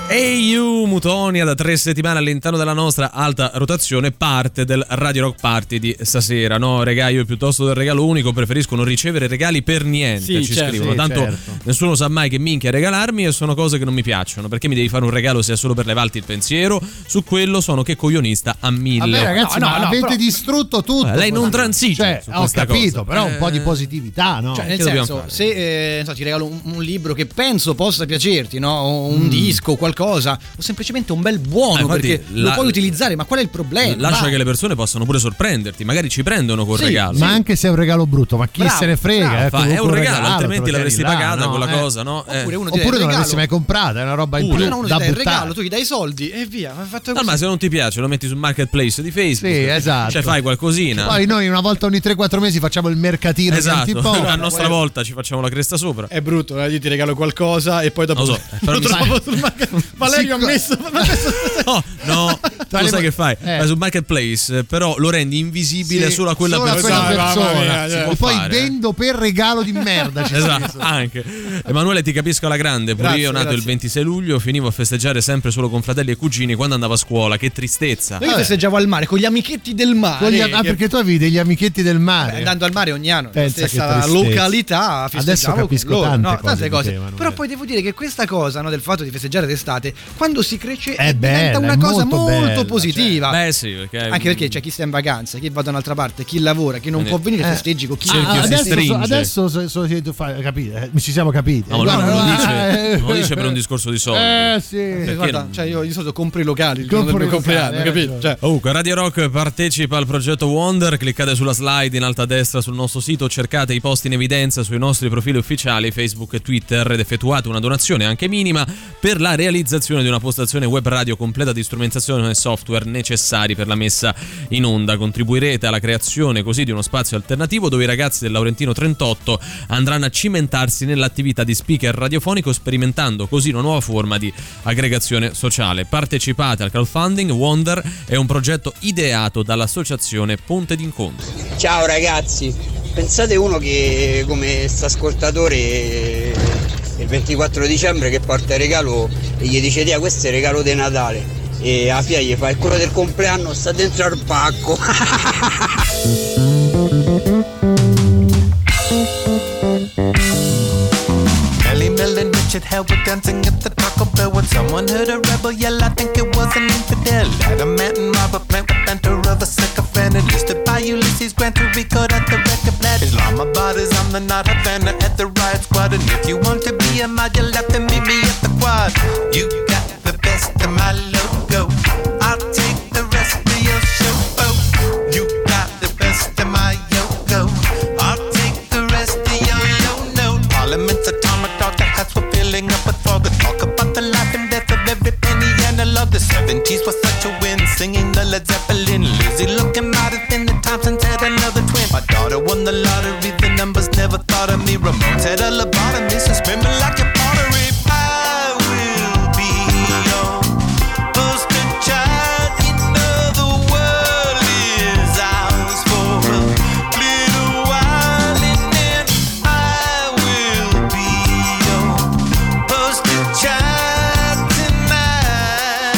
E You Mutonia, da tre settimane all'interno della nostra alta rotazione, parte del Radio Rock Party di stasera. No, regà, io piuttosto del regalo unico preferisco non ricevere regali per niente. Sì, ci certo, scrivono. sì, Tanto certo. nessuno sa mai che minchia regalarmi e sono cose che non mi piacciono. Perché mi devi fare un regalo sia solo per levarti il pensiero? Su quello sono che coglionista a mille. Vabbè, ragazzi, No, ma no, no, avete però- distrutto tutto. Eh, lei non transige Cioè, su ho questa capito, cosa. però un Eh, po' di positività, no? Cioè, nel che dobbiamo senso, fare? se eh, non so, ti regalo un, un libro che penso possa piacerti, no? O un Mm. disco, qualcosa, o semplicemente un bel buono, Eh, infatti, perché la- lo puoi utilizzare, ma qual è il problema? Lascia Vai. che le persone possano pure sorprenderti. Magari ci prendono col Sì, regalo. Ma anche se è un regalo brutto, ma chi Bravo, se ne frega? bravo, eh, Fa- è comunque un regalo, te altrimenti lo l'avresti tieni là, pagata no? quella Eh. cosa, no? Eh. Oppure uno ti dà Oppure il non regalo, l'avresti mai comprata, è una roba in Pure. più no, uno ti da dà il buttare. regalo, tu gli dai i soldi e via. Ma fatto No, così. ma se non ti piace lo metti sul marketplace di Facebook. Sì, esatto. Cioè fai qualcosina. Poi noi una volta ogni tre quattro mesi facciamo il mercatino di Esatto, Antipò. a nostra volta ci facciamo la cresta sopra. È brutto, eh, io ti regalo qualcosa e poi dopo Lo so, però lo mi trovo sa- sul market. Valerio ha Sì, messo No, no, Tra tu le sai mo- che fai? eh. Vai sul marketplace, però lo rendi invisibile Sì, solo a quella solo a persona. quella persona. Mamma mia, Si eh. può E poi fare, eh. vendo per regalo di merda. ci Esatto, scritto. anche. Emanuele, ti capisco alla grande. Pure Grazie, io, nato il grazie. ventisei luglio, finivo a festeggiare sempre solo con fratelli e cugini quando andavo a scuola. Che tristezza. Io festeggiavo al mare con gli amichetti del mare. Con gli- ah, che- perché tu avevi degli amichetti del mare. Beh, andando al mare ogni anno, nella Pensa che stessa tristezza. località, Adesso festeggiavo capisco con loro. tante No, cose tante di cose. te, Emanuele. Però poi devo dire che questa cosa, no, del fatto di festeggiare d'estate, quando si cresce È diventa bella, una è cosa molto molto, bella, positiva. Beh, sì, perché. Anche perché c'è chi sta in vacanza, chi va da un'altra parte, chi lavora, chi non Quindi- può venire, Eh. festeggi con chi Cerchio Ah, si adesso, stringe. adesso so, so, so- fa- capite, eh, ci siamo capiti. No, ma lui Guarda, non lo eh, dice, eh, non lo dice per un discorso di soldi. Eh sì. Eh, guarda, non- cioè io di solito compro i locali il giorno del Compro mio i locali, compleanno, hai capito? ragione. Cioè, Comunque, Radio Rock partecipa al progetto Wonder. Cliccate sulla slide in alto a destra sul nostro sito, cercate i post in evidenza sui nostri profili ufficiali Facebook e Twitter ed effettuate una donazione anche minima per la realizzazione di una postazione web radio completa di strumentazione e software necessari per la messa in onda. Contribuirete alla creazione così di uno spazio alternativo dove i ragazzi del Laurentino trentotto andranno a cimentarsi nell'attività di speaker radiofonico, sperimentando così una nuova forma di aggregazione sociale. Partecipate al crowdfunding. Wonder è un progetto ideato dall'associazione Ponte d'Incontro. Ciao ragazzi, pensate uno che come sta ascoltatore il ventiquattro dicembre che porta il regalo e gli dice "Tia, questo è il regalo di Natale", e a figlia gli fa "il quello del compleanno sta dentro al pacco". Melly Mel and Richard Hell were dancing at the Taco Bell when someone heard a rebel yell. I think it was an infidel. Adamant and Robert Plant with banter of a sycophant. It used to buy Ulysses Grant to record at the record plant. Islamabad is on the not Havana at the riot squad. And if you want to be a mod, you'll have to meet me at the quad. You got the best of my logo. I'll take the rest of your show. Oh, you got the best of my yogo. I'll take the rest of your yo no. Parliament's atomic dog, the hats were filling up with fog. Talk about the life and death of every penny analog. The seventies was such a win, singing the Led Zeppelin. Lizzie looking out at the Thompsons had another twin. My daughter won the lottery, the numbers never thought of me. Ramones had a lobotomy, so screaming like a pottery. I will be your poster child. You know the world is ours for a little while, and then I will be your poster child tonight.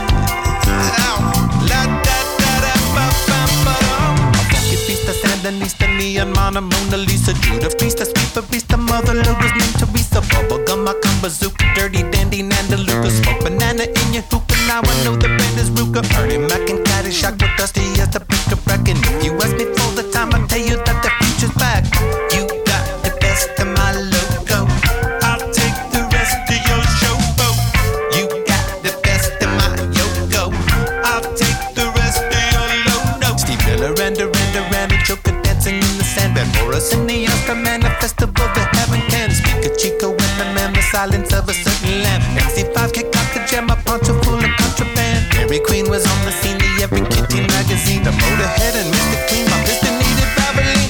La da da da ba ba ba dum. A funky beast, a Sandinista, neon Mona, Mona Lisa, Judah Priest, a sweet barista, Mother Lou was named Teresa. Bubblegum, I come bazooka, dirty dandy, Nanda Luca. Smoke banana in your hookah, now I know the band is Ruka. Ernie Mac and Caddyshack were dusty as a brick of wreck. And if you ask me for the time, I'll tell you that the future's back. You got the best of my logo. I'll take the rest of your show. Oh, you got the best of my yogo. I'll take the rest of your logo. Steve Miller and Duranda, Randy Joker dancing in the sand. Van Morris in the Oscar Man, a festival that heaven can. Speaker Chico and the man, the silence of a certain lamp. M C five kick out the jam, a poncho full of contraband. Dairy Queen was on the scene, the Every Kitty magazine. The Motorhead and Mister Clean, my Mister needed Babylon.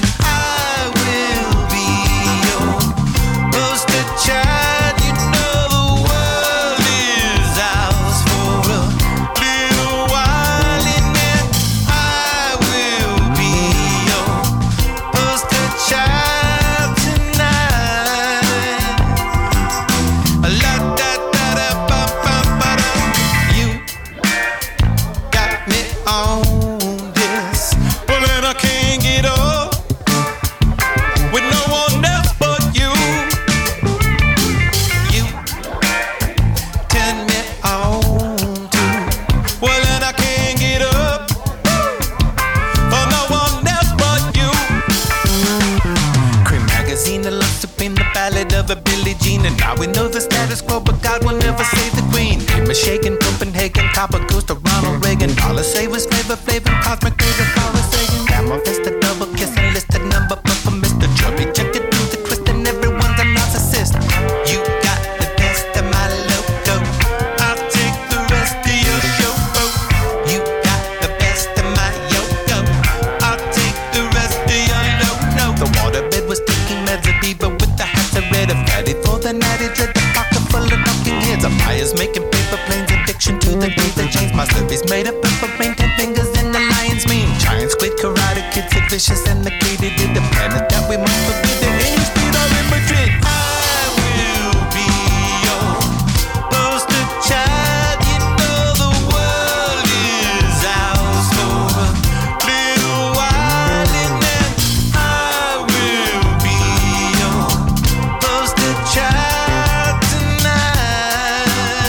Room is shaking, Copenhagen, Copper Goose to Ronald Reagan. All I say was flavor, flavor, cosmic flavor, conversation. Got my fist a double kiss and listed number, but for Mister Chubby, check it through the twist and everyone's a narcissist. You got the best of my logo. I'll take the rest of your show. You got the best of my yo-yo. I'll take the rest of your no-no. The waterbed was taking meds of Bieber with the hats of red. I'm ready for the night, it's at the pocket full of knocking heads. I'm fires making paper planes, addiction to the day that changed. My slurpees made up of rain, ten fingers in the lion's mane. Giant squid, karate kids, are vicious and the created in the planet that we must forbid. The English speed or in Madrid. I will be your poster child. You know the world is ours for a little while, and then I will be your poster child tonight.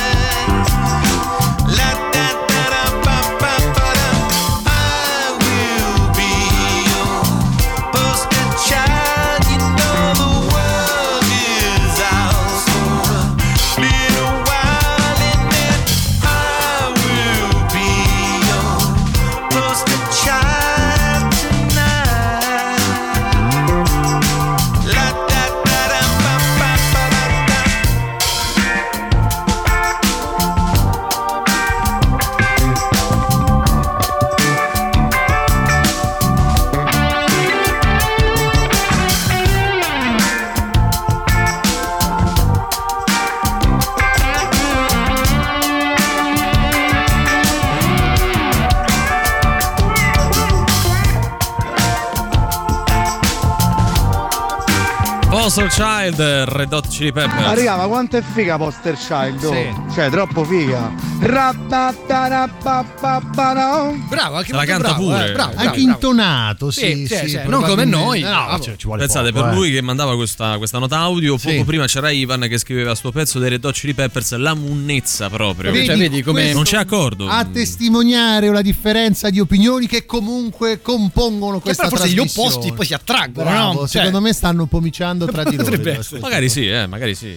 La da da da ba ba ba da. I will be your poster child. You know the world is ours for a little while, and then I will be your poster child tonight. La da da da ba ba ba da da. Poster Child, Red Hot Chili Peppers. Ma raga, ma quanto è figa Poster Child? oh? Sì. Cioè, troppo figa. Ra-ta-ta-ra-pa-pa-pa-no. Bravo, anche Se la molto canta bravo, pure. eh, bravo, bravo, Anche bravo. intonato, sì, Sì, sì, sì, sì, non probabilmente. come noi, No, bravo. cioè, ci vuole Pensate, poco, per eh. lui che mandava questa, questa nota audio, poco Sì. prima c'era Ivan che scriveva sto pezzo dei Red Hot Chili Peppers, la munnezza proprio. Vedi, Cioè, vedi come- non c'è accordo. A testimoniare la differenza di opinioni che comunque compongono Che questa poi forse gli trasmissione. opposti poi si attraggono, Bravo, no? Cioè, secondo me stanno pomiciando tra di loro. potrebbe in essere. questo Magari sì, eh, magari sì.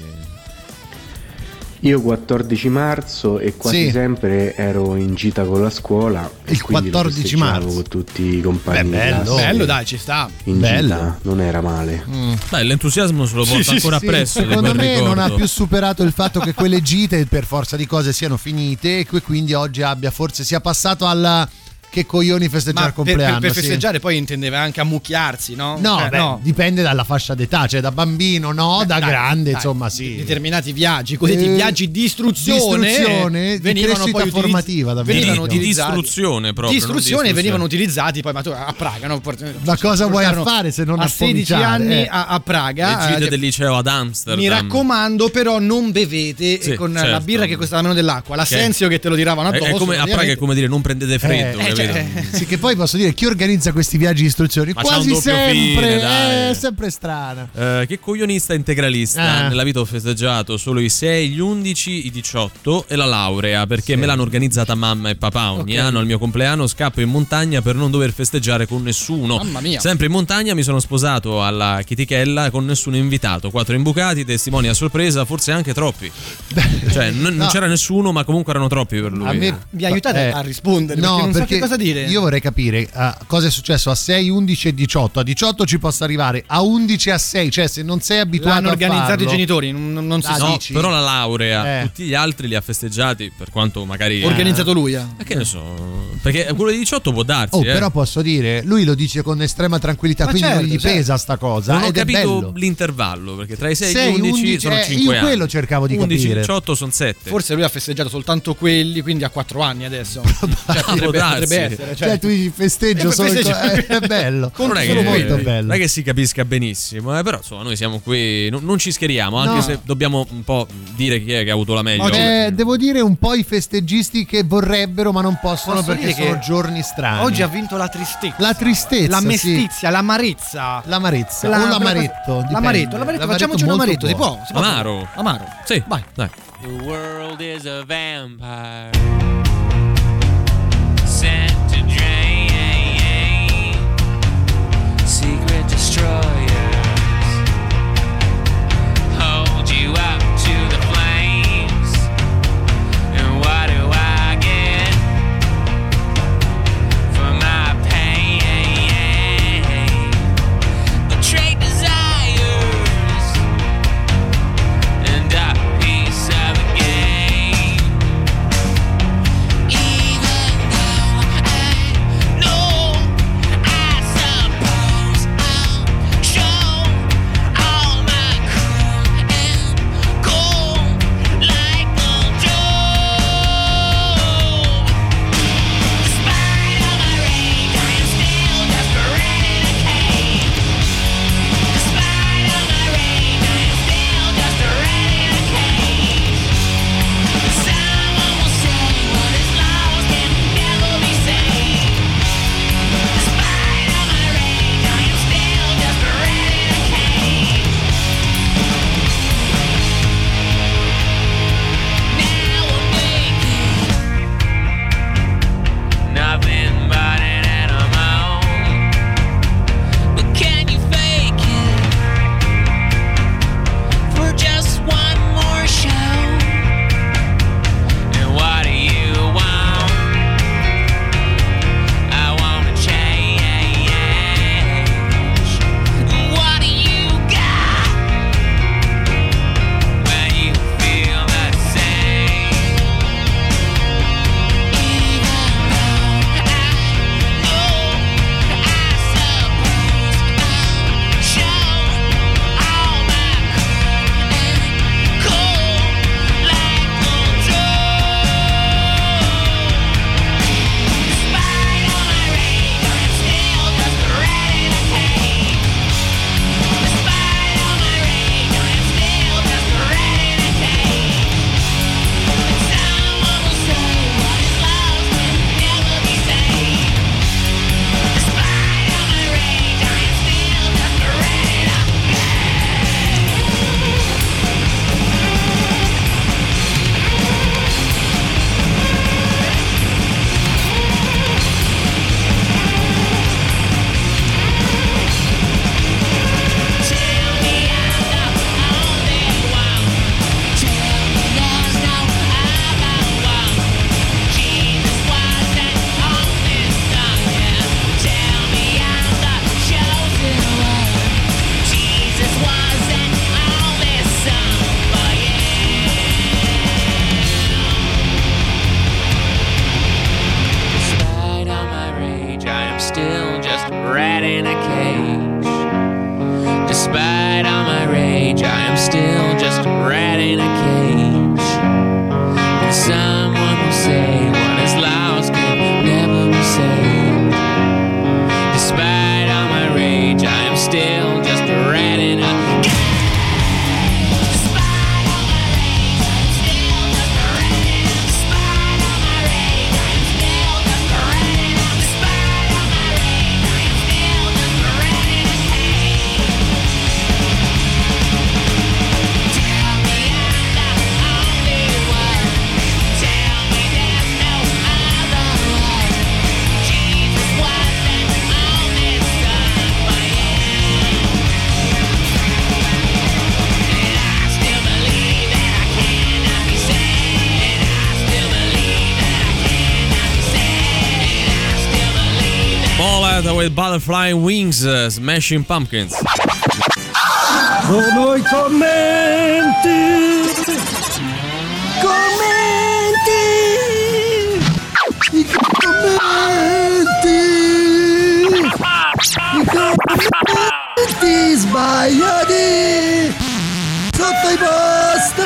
Io quattordici marzo e quasi Sì. sempre ero in gita con la scuola. e Il quindi lo quattordici festeggiavo marzo. con tutti i compagni Beh, di bello. classe. Bello, dai, ci sta. In Bello. gita non era male. Beh, l'entusiasmo se lo porta sì, ancora Sì, appresso. di secondo quel me non ha ricordo. più superato il fatto che quelle gite per forza di cose siano finite e che quindi oggi abbia forse sia passato alla che coglioni festeggiare Ma il per, compleanno. per, per sì. festeggiare poi intendeva anche ammucchiarsi, no? No, Cioè, beh, dipende dalla fascia d'età, cioè da bambino no, Beh, da dai, grande dai, insomma sì. Determinati viaggi, cosiddetti Eh, viaggi di istruzione, istruzione, eh, di venivano crescita poi utilizz- formativa, davvero. venivano Di- di utilizzati. distruzione proprio, Di non di istruzione istruzione. venivano utilizzati poi ma tu a Praga, no? Ma cosa vuoi a Portarono fare se non a a sedici pomiciare, anni eh? a, a Praga? Le gite eh, del liceo ad Amsterdam. Mi raccomando, però non bevete Sì, con la certo. birra che costava meno dell'acqua, l'assenzio che te lo tiravano È- addosso. è come, a Praga è come dire non prendete freddo, Eh, capito? cioè, Sì, che poi posso dire chi organizza questi viaggi di istruzioni Ma c'ha quasi un doppio sempre fine, dai. è sempre strana. Eh, che coglionista integralista. Ah. Nella vita ho festeggiato solo i sei, gli undici, i diciotto e la laurea perché me l'hanno organizzata mamma e papà. Ogni Ok. anno al mio compleanno scappo in montagna per non dover festeggiare con nessuno. Mamma mia. Sempre in montagna mi sono sposato alla chitichella con nessuno invitato. Quattro imbucati, testimoni a sorpresa, forse anche troppi. Cioè, n- non No. c'era nessuno, ma comunque erano troppi per lui. A me Mi aiutate eh, a rispondere no, perché non so perché che cosa dire. Io vorrei capire uh, cosa è successo a sei, undici e diciotto. A diciotto ci possa arrivare, a undici e a sei, cioè se non sei abituato L'hanno a organizzato farlo, i genitori, non, non si Ah, sa. No, dici? però la laurea, Eh. tutti gli altri li ha festeggiati, per quanto magari. Organizzato lui, eh. Ma che ne so, perché quello di diciotto può darsi. Oh, eh. però posso dire, lui lo dice con estrema tranquillità, Ma quindi certo, non gli certo. pesa sta cosa. Non ho ed è capito bello. l'intervallo, perché tra i sei e sei, gli undici undici, sono eh, cinque io anni. quello cercavo di undici, capire. diciotto sono sette. Forse lui ha festeggiato soltanto quelli, quindi ha quattro anni adesso. Cioè, può potrebbe, darsi. potrebbe essere. Cioè, Cioè, tu dici festeggio Eh, solo festeggio- eh, è bello. non è, Sono che, molto non bello. è che si capisca benissimo, eh, però insomma noi siamo qui, non, non ci schieriamo, anche No. se dobbiamo un po' dire chi è che ha avuto la meglio. Eh, devo dire un po' i festeggisti che vorrebbero ma non possono Posso perché dire sono che giorni strani. oggi ha vinto la tristezza. La tristezza, la sì. mestizia, l'amarezza. L'amarezza La- o l'amaretto. dipende. L'amaretto, l'amaretto, facciamoci un molto amaretto, si buono. può? Si può? Amaro. Amaro. Sì, Vai. dai. The world is a vampire sent to drain secret destroyers hold you up to the flames and Hathaway, Butterfly Wings, Smashing Pumpkins. Sono i commenti! Commenti! I commenti! I commenti sbagliati! Sotto i post!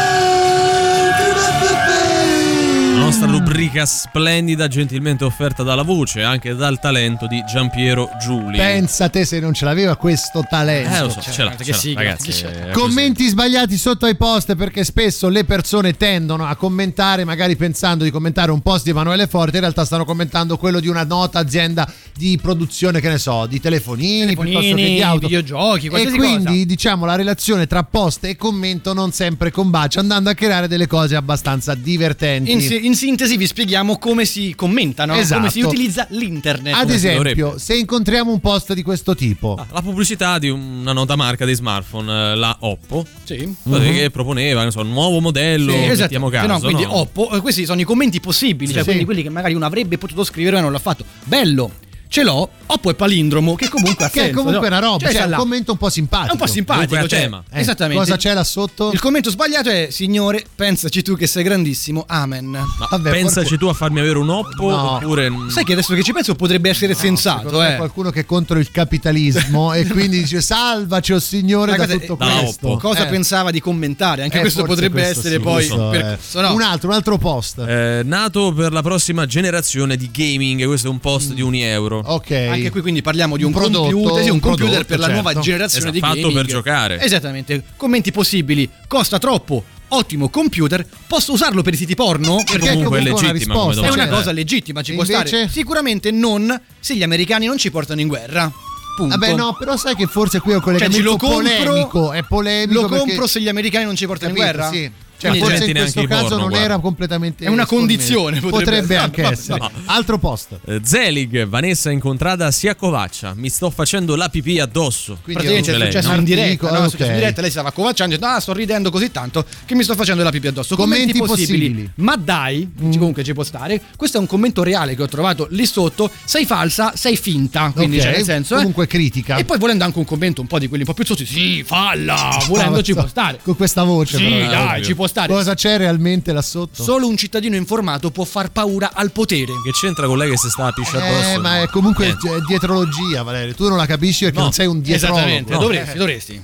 La nostra rubrica splendida, gentilmente offerta dalla voce e anche dal talento di Giampiero Giuli. Pensa te se non ce l'aveva questo talento. Eh, lo so, ce l'ha, che ce l'ha, sigla, ragazzi. che è Commenti sbagliati sotto ai post, perché spesso le persone tendono a commentare, magari pensando di commentare un post di Emanuele Forte, in realtà stanno commentando quello di una nota azienda di produzione, che ne so, di telefonini, Telefonini, piuttosto che di auto, videogiochi, e qualsiasi quindi cosa. diciamo la relazione tra post e commento non sempre combacia, andando a creare delle cose abbastanza divertenti. In, in sintesi vi spieghiamo come si commenta, no? Esatto. Come si utilizza l'internet. Ad Come si esempio, dovrebbe. se incontriamo un post di questo tipo, Ah, la pubblicità di una nota marca di smartphone, eh, la Oppo, sì. mm-hmm. che proponeva, non so, un nuovo modello, Sì, mettiamo esatto. caso, No, quindi no? Oppo, eh, questi sono i commenti possibili, Sì, cioè sì. quindi quelli che magari uno avrebbe potuto scrivere e non l'ha fatto. Bello, ce l'ho, Oppo è palindromo, che comunque ha che è senso, comunque no? una roba, Cioè, cioè, sta un là. commento un po' simpatico. È un po' simpatico, Comunque a cioè, tema. Eh, esattamente. Cosa c'è là sotto? Il commento sbagliato è: signore, pensaci tu che sei grandissimo, amen. Ma Vabbè, pensaci qualcuno- tu a farmi avere un Oppo No. oppure Sai che adesso che ci penso potrebbe essere sensato, Secondo me eh. qualcuno che è contro il capitalismo e quindi dice salvaci, o signore, da Ragazzi, tutto da questo. Oppo. Cosa Eh, pensava di commentare? Anche eh, questo forse potrebbe questo essere sì, poi questo per- è. so no. un altro, un altro post. eh, nato per la prossima generazione di gaming. Questo è un post di un euro. Ok. Anche qui quindi parliamo di un, Un prodotto, computer, sì, un, un computer prodotto, per la certo. nuova generazione Esatto, di fatto gaming. per giocare. Esattamente. Commenti possibili: costa troppo, ottimo computer, posso usarlo per i siti porno? Perché comunque è comunque una legittima come risposta, È una domanda. cosa legittima, ci E può invece? stare. Sicuramente non se gli americani non ci portano in guerra. Punto. Vabbè, no, però sai che forse qui è un Cioè, collegamento lo compro, polemico. È polemico lo perché- compro se gli americani non ci portano Capito, in guerra? sì. Cioè, Quindi, forse gente in questo neanche i caso porno, non guarda. era completamente È una scorretto. condizione, potrebbe potrebbe essere. anche No, essere. no. Altro post. Eh, Zelig, Vanessa incontrata sia Covaccia. Mi sto facendo la pipì addosso. Quindi praticamente è Lei, successo no? in diretta, Articolo, no? È successo in ok. diretta, lei stava accovacciando e ha detto: ah, sto ridendo così tanto che mi sto facendo la pipì addosso. Commenti possibili. Ma dai, Mm. comunque ci può stare. Questo è un commento reale che ho trovato lì sotto. Sei falsa, sei finta. Quindi Ok, cioè, nel senso, eh. comunque critica. E poi volendo anche un commento un po' di quelli un po' più sotto, sì, falla, volendo ci può stare. Con questa voce, Sì, però, eh, dai, ovvio. ci può stare. Cosa c'è realmente là sotto? Solo un cittadino informato può far paura al potere. Che c'entra con lei che si sta a pisciare Eh, addosso? ma è comunque Niente. è dietrologia, Valerio. Tu non la capisci perché No, non sei un dietrologo. Esattamente, No. dovresti, dovresti.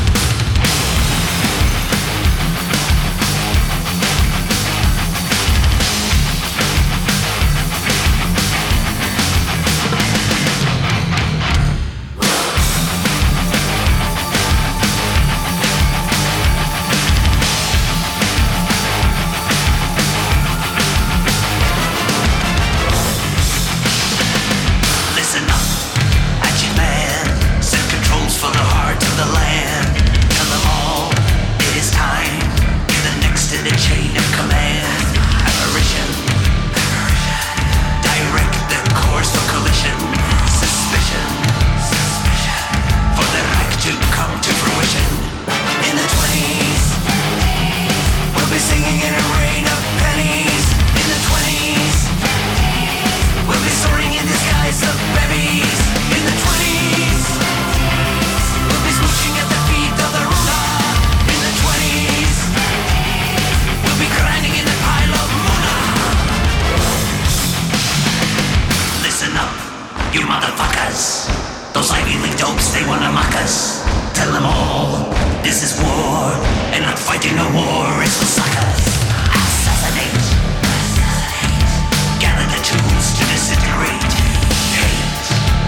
Listen up, action man. Set controls for the heart of the land. Tell them all it is time. You're the next in the chain of command. Apparition. Direct the course of collision. Suspicion. For their act to come to fruition. In the twenties, we'll be singing in a rain of pennies. In the twenties. We'll be soaring in the skies of babies. In the twenties, we'll be smooching at the feet of the ruler. In the twenties, we'll be grinding in the pile of moolah. Listen up, you motherfuckers. Those Ivy League dopes, they wanna mock us. Tell them all, this is war, and not fighting a war is for suckers. Assassinate. Gather the tools to disintegrate. Hate.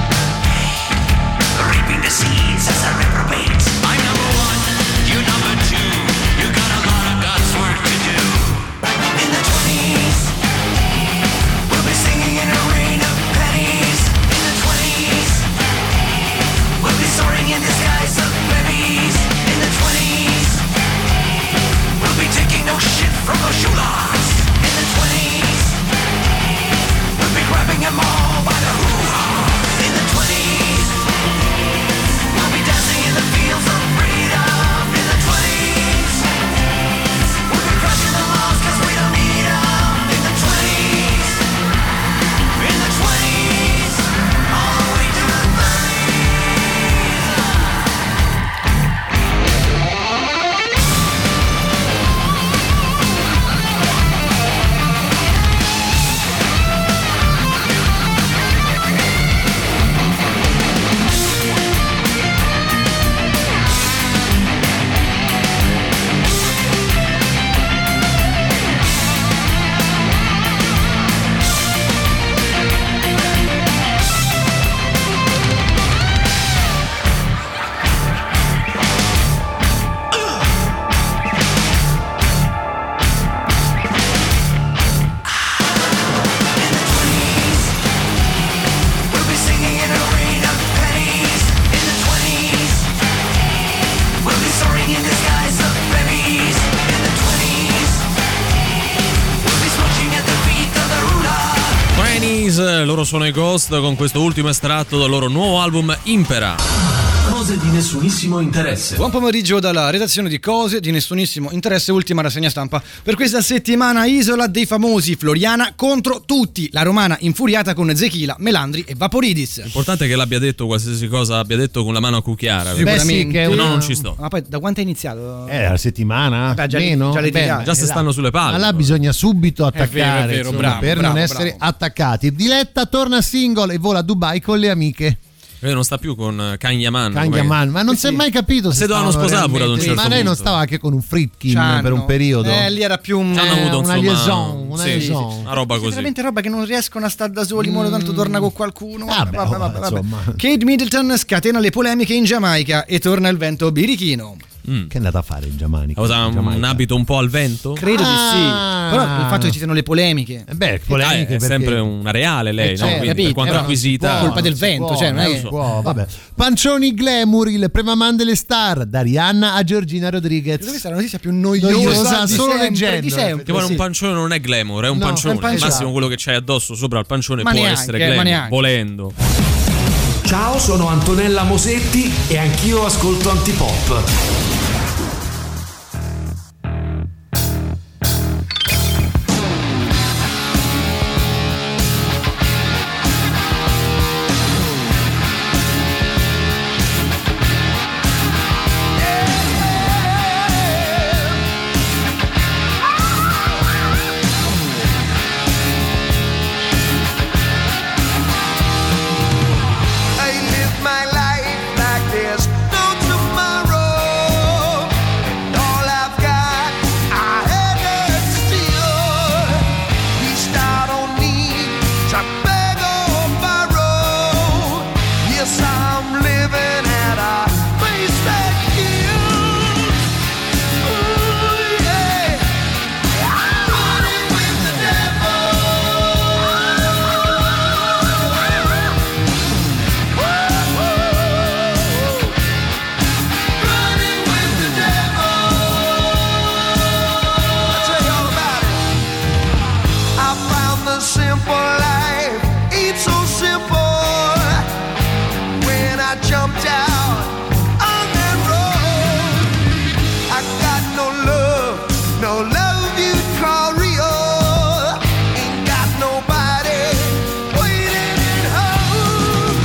Reaping the seeds as a reprobate. I'm number one, you number two. You got a lot of God's work to do. In the twenties, we'll be singing in a rain of pennies. In the twenties, we'll be soaring in the skies of babies. In the twenties, we'll be taking no shit Maze, loro sono i Ghost con questo ultimo estratto dal loro nuovo album Impera. Cose di nessunissimo interesse. Buon pomeriggio dalla redazione di Cose di nessunissimo interesse, ultima rassegna stampa per questa settimana. Isola dei famosi, Floriana contro tutti, la romana infuriata con Zechila, Melandri e Vaporidis. L'importante è che l'abbia detto qualsiasi cosa, abbia detto con la mano a cucchiara. Sicuramente. Beh, sì, che no, non ci sto. Ma poi da quanto è iniziato? Eh, la settimana? Beh, già, meno? già, Beh, già si esatto. stanno sulle palle. Ma là bisogna subito attaccare, è vero, è vero, insomma, bravo, per bravo, non essere bravo. attaccati. Diletta torna single e vola a Dubai con le amiche. Lei non sta più con Kang Yaman. Kang Yaman, ma non Sì, si è sì. mai capito Ma se se dovevano stavano sposare pure ad un realmente- certo Ma lei non punto. stava anche con un Fritkin C'hanno- per un periodo? Eh, lì era più un, Ci hanno eh, avuto una insomma, liaison, una sì, liaison. sì, una roba C'è così. veramente roba che non riescono a stare da soli, mm. tanto torna con qualcuno. Vabbè, Vabbè, oh, vabbè, vabbè. insomma. Kate Middleton scatena le polemiche in Giamaica e torna il vento birichino. Mm. Che è andata a fare in Giamaica? Cosa, un, un abito un po' al vento? Credo di sì. Ah. Però il fatto che ci siano le polemiche. Eh beh, Ah, polemiche è perché- sempre una reale lei, Eh, no? certo, Quindi, capito, per quanto però acquisita. non si può, colpa del si vento, può, cioè, non è non che- si può, vabbè. Pancioni Glamour, il premaman delle star, da Rihanna a Giorgina Rodriguez. Questa è la notizia più noiosa, Noiosa, di solo sempre, leggendo. di sempre. Che poi sì. un pancione non è glamour, è un No, pancione. è un pancione. Al massimo quello che c'hai addosso sopra il pancione Ma può neanche, essere ma glamour, neanche. volendo. Ciao, sono Antonella Mosetti e anch'io ascolto Antipop. I live my life like there's no tomorrow. All I've got, I had to steal. Least I don't need to beg or borrow. Yes, I'm living at a pace that kills. Ooh, yeah. Running with the devil. Running with the devil. I'll tell you all about it. I found the simple life ain't so simple. When I jumped out on that road, I got no love, no love you'd call real. Ain't got nobody waiting at home.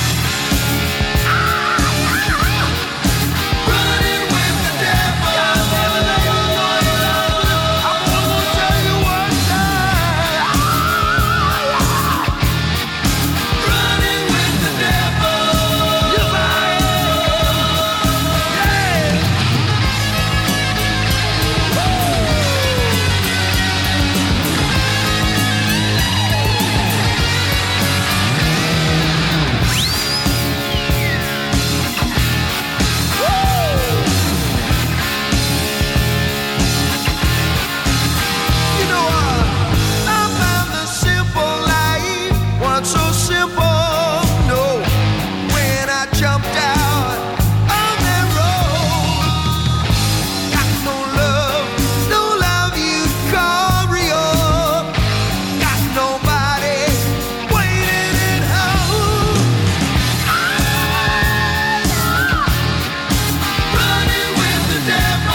Running with the devil. I'm gonna tell you one time. Running with the devil. Yes, I am. Yeah. You know what? I found the simple life wasn't so simple. No, when I jumped out on that road, got no love, no love you'd call real. Got nobody waiting at home. Running with the devil.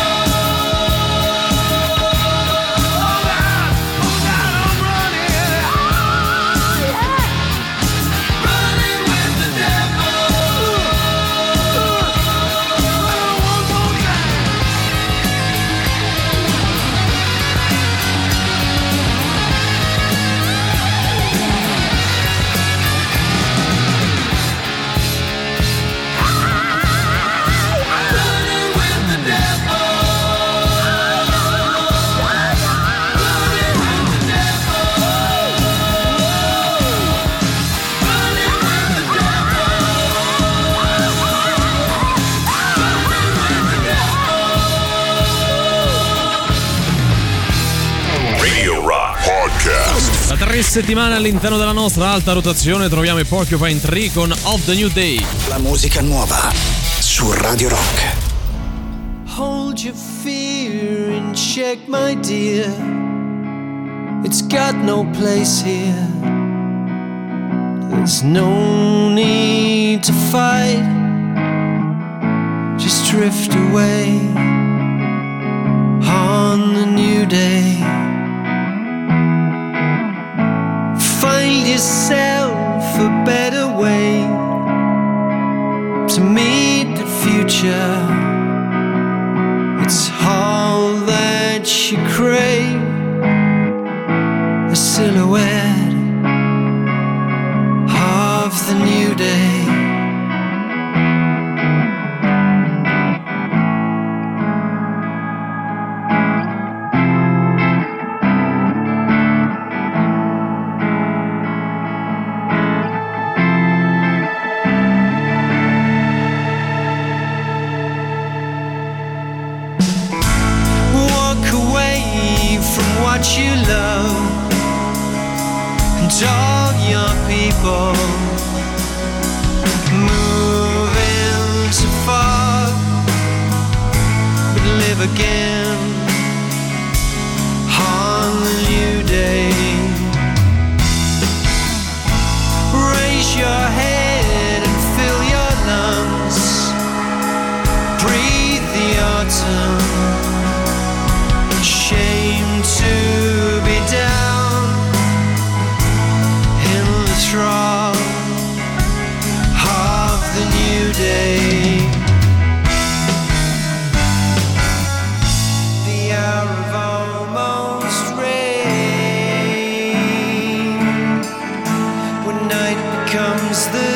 Radio Rock Podcast. Da tre settimane all'interno della nostra alta rotazione troviamo i Porcupine Tree con Of the New Day. La musica nuova su Radio Rock. Hold your fear in check, my dear. It's got no place here. There's no need to fight, just drift away on the new day. Find yourself a better way to meet the future. It's all that you crave, a silhouette of the new day. What you love and all your people, moving so far, but live again on the new day. Raise your head and fill your lungs, breathe the autumn. Shame to be down in the thrall of the new day. The hour of almost rain, when night becomes the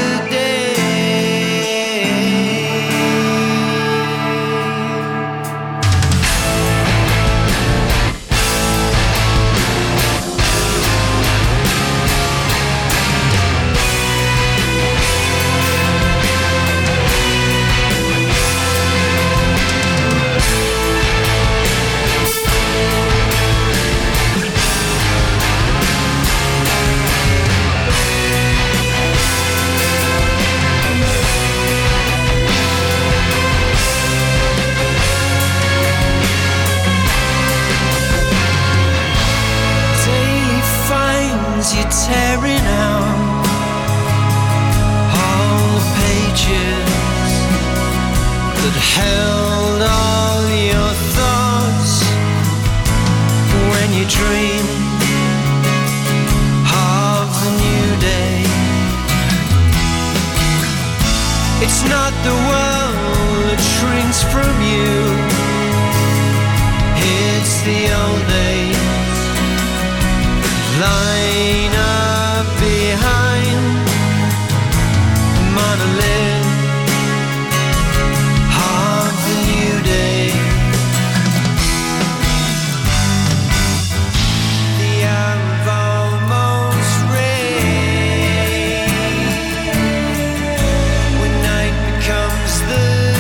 you're tearing out all the pages that held all your thoughts when you dream of the new day. It's not the world that shrinks from you, it's the old days. Line up behind the monolith of the new day. The hour of almost rain, when night becomes the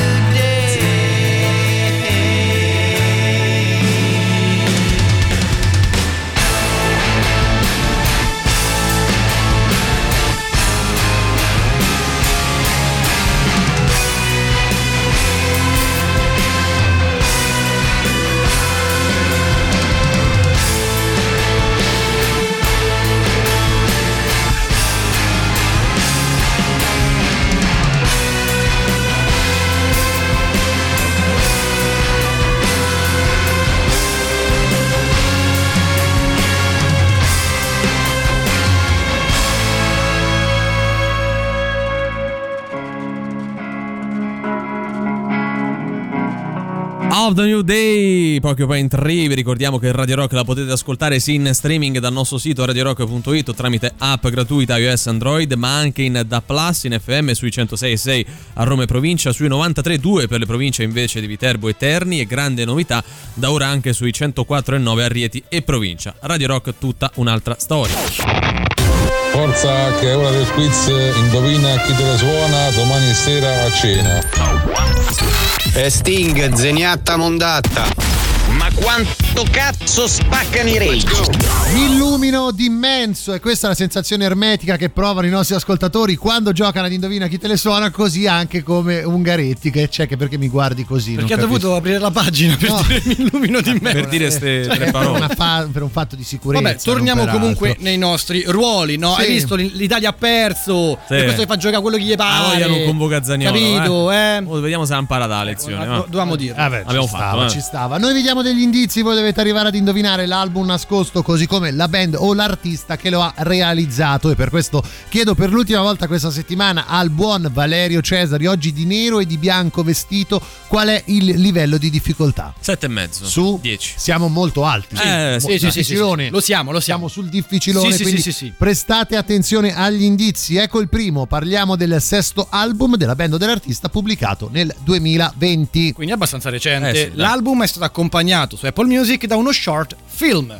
of the New Day, Porcupine Tree. Vi ricordiamo che Radio Rock la potete ascoltare sia in streaming dal nostro sito radio rock punto it o tramite app gratuita iOS Android, ma anche in D A B plus, in F M sui centosei e sei a Roma e provincia, sui novantatré e due per le province invece di Viterbo e Terni, e grande novità da ora anche sui centoquattro e nove a Rieti e provincia. Radio Rock, tutta un'altra storia. Forza, che è ora del quiz, indovina chi te la suona domani sera a cena. E Sting, Zeniatta Mondatta. Ma quanto cazzo spaccano i rage? Mi illumino d'immenso e questa è la sensazione ermetica che provano i nostri ascoltatori quando giocano ad Indovina chi te le suona, così anche come Ungaretti. Che c'è, che perché mi guardi così? Perché ha non dovuto aprire la pagina per No. dire mi illumino d'immenso. Per dire ste Cioè, tre per, parole. una fa- per un fatto di sicurezza. Vabbè, torniamo non per comunque altro. nei nostri ruoli, no? Sì. Hai visto l- l'Italia ha perso, Sì. e questo che fa giocare quello che gli Ah, pare. voglia non convoca Zaniolo. Capito, eh? Oh, vediamo se ha imparato la lezione. va. Do- dovevamo dirlo. Vabbè, Abbiamo ci fatto, stava, eh. ci stava. Noi vi diamo degli indizi, voi dovete arrivare ad indovinare l'album nascosto, così come la band o l'artista che lo ha realizzato. E per questo chiedo per l'ultima volta questa settimana al buon Valerio Cesari, oggi di nero e di bianco vestito, qual è il livello di difficoltà? Sette e mezzo. Su dieci. Siamo molto alti. Eh, Sì, sì, sì, sì, sì. difficilone. Lo siamo, lo Siamo siamo. sul difficilone, Sì, sì, quindi sì, sì, sì. prestate attenzione agli indizi. Ecco il primo, parliamo del sesto album della band o dell'artista pubblicato nel duemilaventi. Quindi è abbastanza recente. Eh sì, dai. L'album è stato accompagnato su Apple Music da uno short film.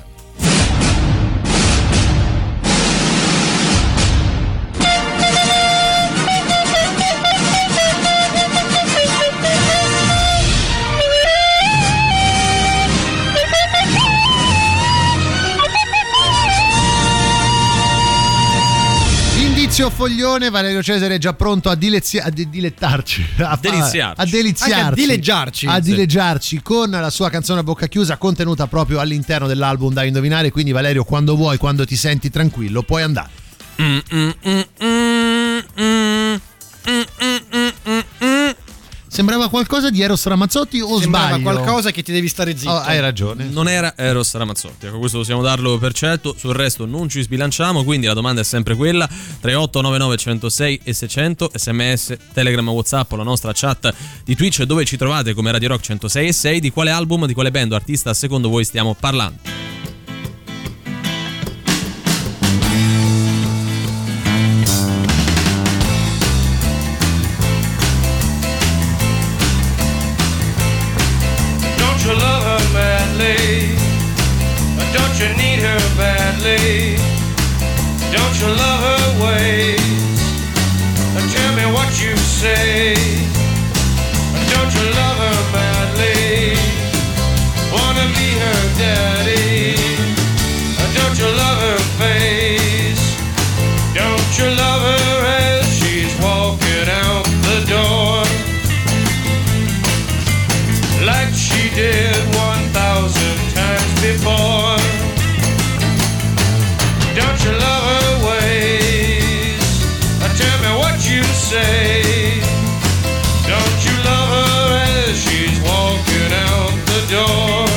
Indizio foglione, Valerio Cesare è già pronto a, dilezia- a di- dilettarci, a, Deliziarci. a deliziarci, Anche a dileggiarci. a Sì. dileggiarci con la sua canzone a bocca chiusa contenuta proprio all'interno dell'album da indovinare. Quindi Valerio, quando vuoi, quando ti senti tranquillo, puoi andare. Mm, mm, mm, mm, mm, mm, mm, mm, mm. Sembrava qualcosa di Eros Ramazzotti o Sembrava sbaglio? qualcosa che ti devi stare zitto. Oh, hai ragione. Non era Eros Ramazzotti, ecco, questo possiamo darlo per certo. Sul resto non ci sbilanciamo, quindi la domanda è sempre quella: tre otto nove nove uno zero sei e seicento, sms, telegram, whatsapp o la nostra chat di Twitch, dove ci trovate come Radio Rock centosei e sei. Di quale album, di quale band o artista secondo voi stiamo parlando? Don't you love her madly? Or don't you need her badly? Don't you love her ways? Or tell me what you say. Or don't you love her madly? Wanna be her daddy? Or don't you love her face? Don't you love her as she's walking out the door? Like she did one thousand times before. Don't you love her ways? Now tell me what you say. Don't you love her as she's walking out the door?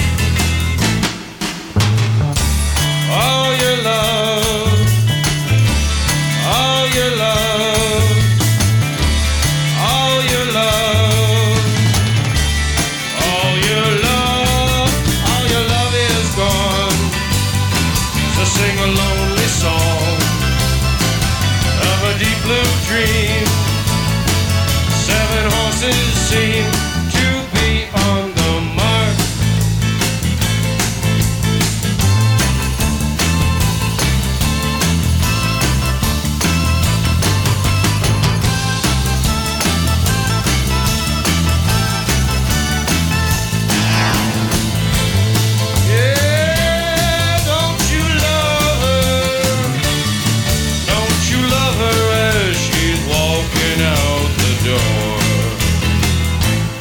All your love, all your love, all your love. All your love, all your love is gone. So sing a lonely song of a deep blue dream. Seven horses seem to be on the mark. Yeah, don't you love her? Don't you love her as she's walking out the door?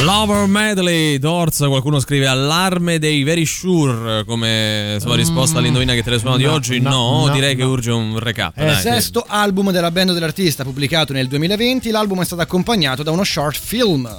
Lover Medley, Doors. Qualcuno scrive allarme dei Very Sure come sua risposta all'indovina che te le suono di no, oggi. no, No, no, direi che no. urge un recap. È il dai, sesto album della band dell'artista, pubblicato nel duemilaventi. L'album è stato accompagnato da uno short film.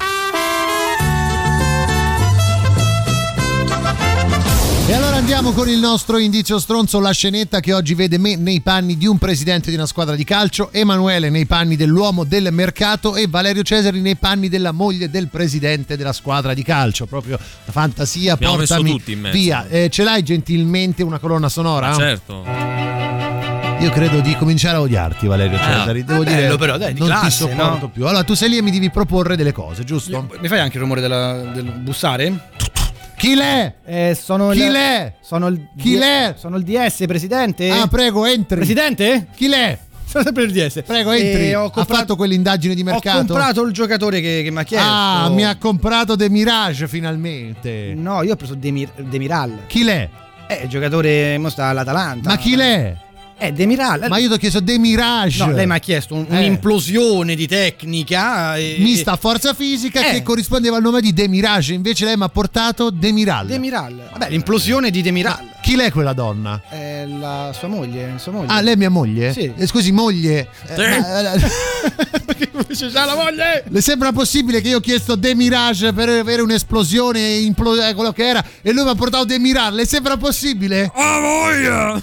E allora andiamo con il nostro indizio stronzo, la scenetta che oggi vede me nei panni di un presidente di una squadra di calcio, Emanuele nei panni dell'uomo del mercato e Valerio Cesari nei panni della moglie del presidente della squadra di calcio. Proprio la fantasia, Abbiamo messo portami tutti in mezzo. via. Eh, ce l'hai gentilmente una colonna sonora? Ma certo. Io credo di cominciare a odiarti, Valerio Cesari. Devo bello, dire, però, dai, di non classe, ti sopporto no? più. Allora, tu sei lì e mi devi proporre delle cose, giusto? Mi fai anche il rumore della, del bussare? Chi l'è? Eh, sono Chi il, l'è? Sono il Chi D- l'è? Sono il D S, presidente. Ah, prego, entri. Presidente? Chi l'è? Sono sempre il D S. Prego, entri. E ho Ha comprato- fatto quell'indagine di mercato? Ho comprato il giocatore che, che mi ha chiesto. Ah, mi ha comprato De Mirage finalmente. No, io ho preso Demir- Demiral. Chi l'è? Eh, il giocatore mo sta all'Atalanta. Ma chi l'è? Eh, Demiral. Ma io ti ho chiesto De Mirage. No, lei mi ha chiesto un- Eh. un'implosione di tecnica. E, Mista a forza fisica Eh. che corrispondeva al nome di De Mirage, invece lei mi ha portato Demiral. Demiral. Vabbè, l'implosione di Demiral. Chi l'è quella donna? È la sua moglie, sua moglie. Ah, lei è mia moglie? Sì. Eh, scusi, moglie. Eh, ma- Perché c'ha la moglie? Le sembra possibile che io ho chiesto De Mirage per avere un'esplosione, implo- eh, quello che era, e lui mi ha portato De Mirage? Le sembra possibile? Ah, voglia!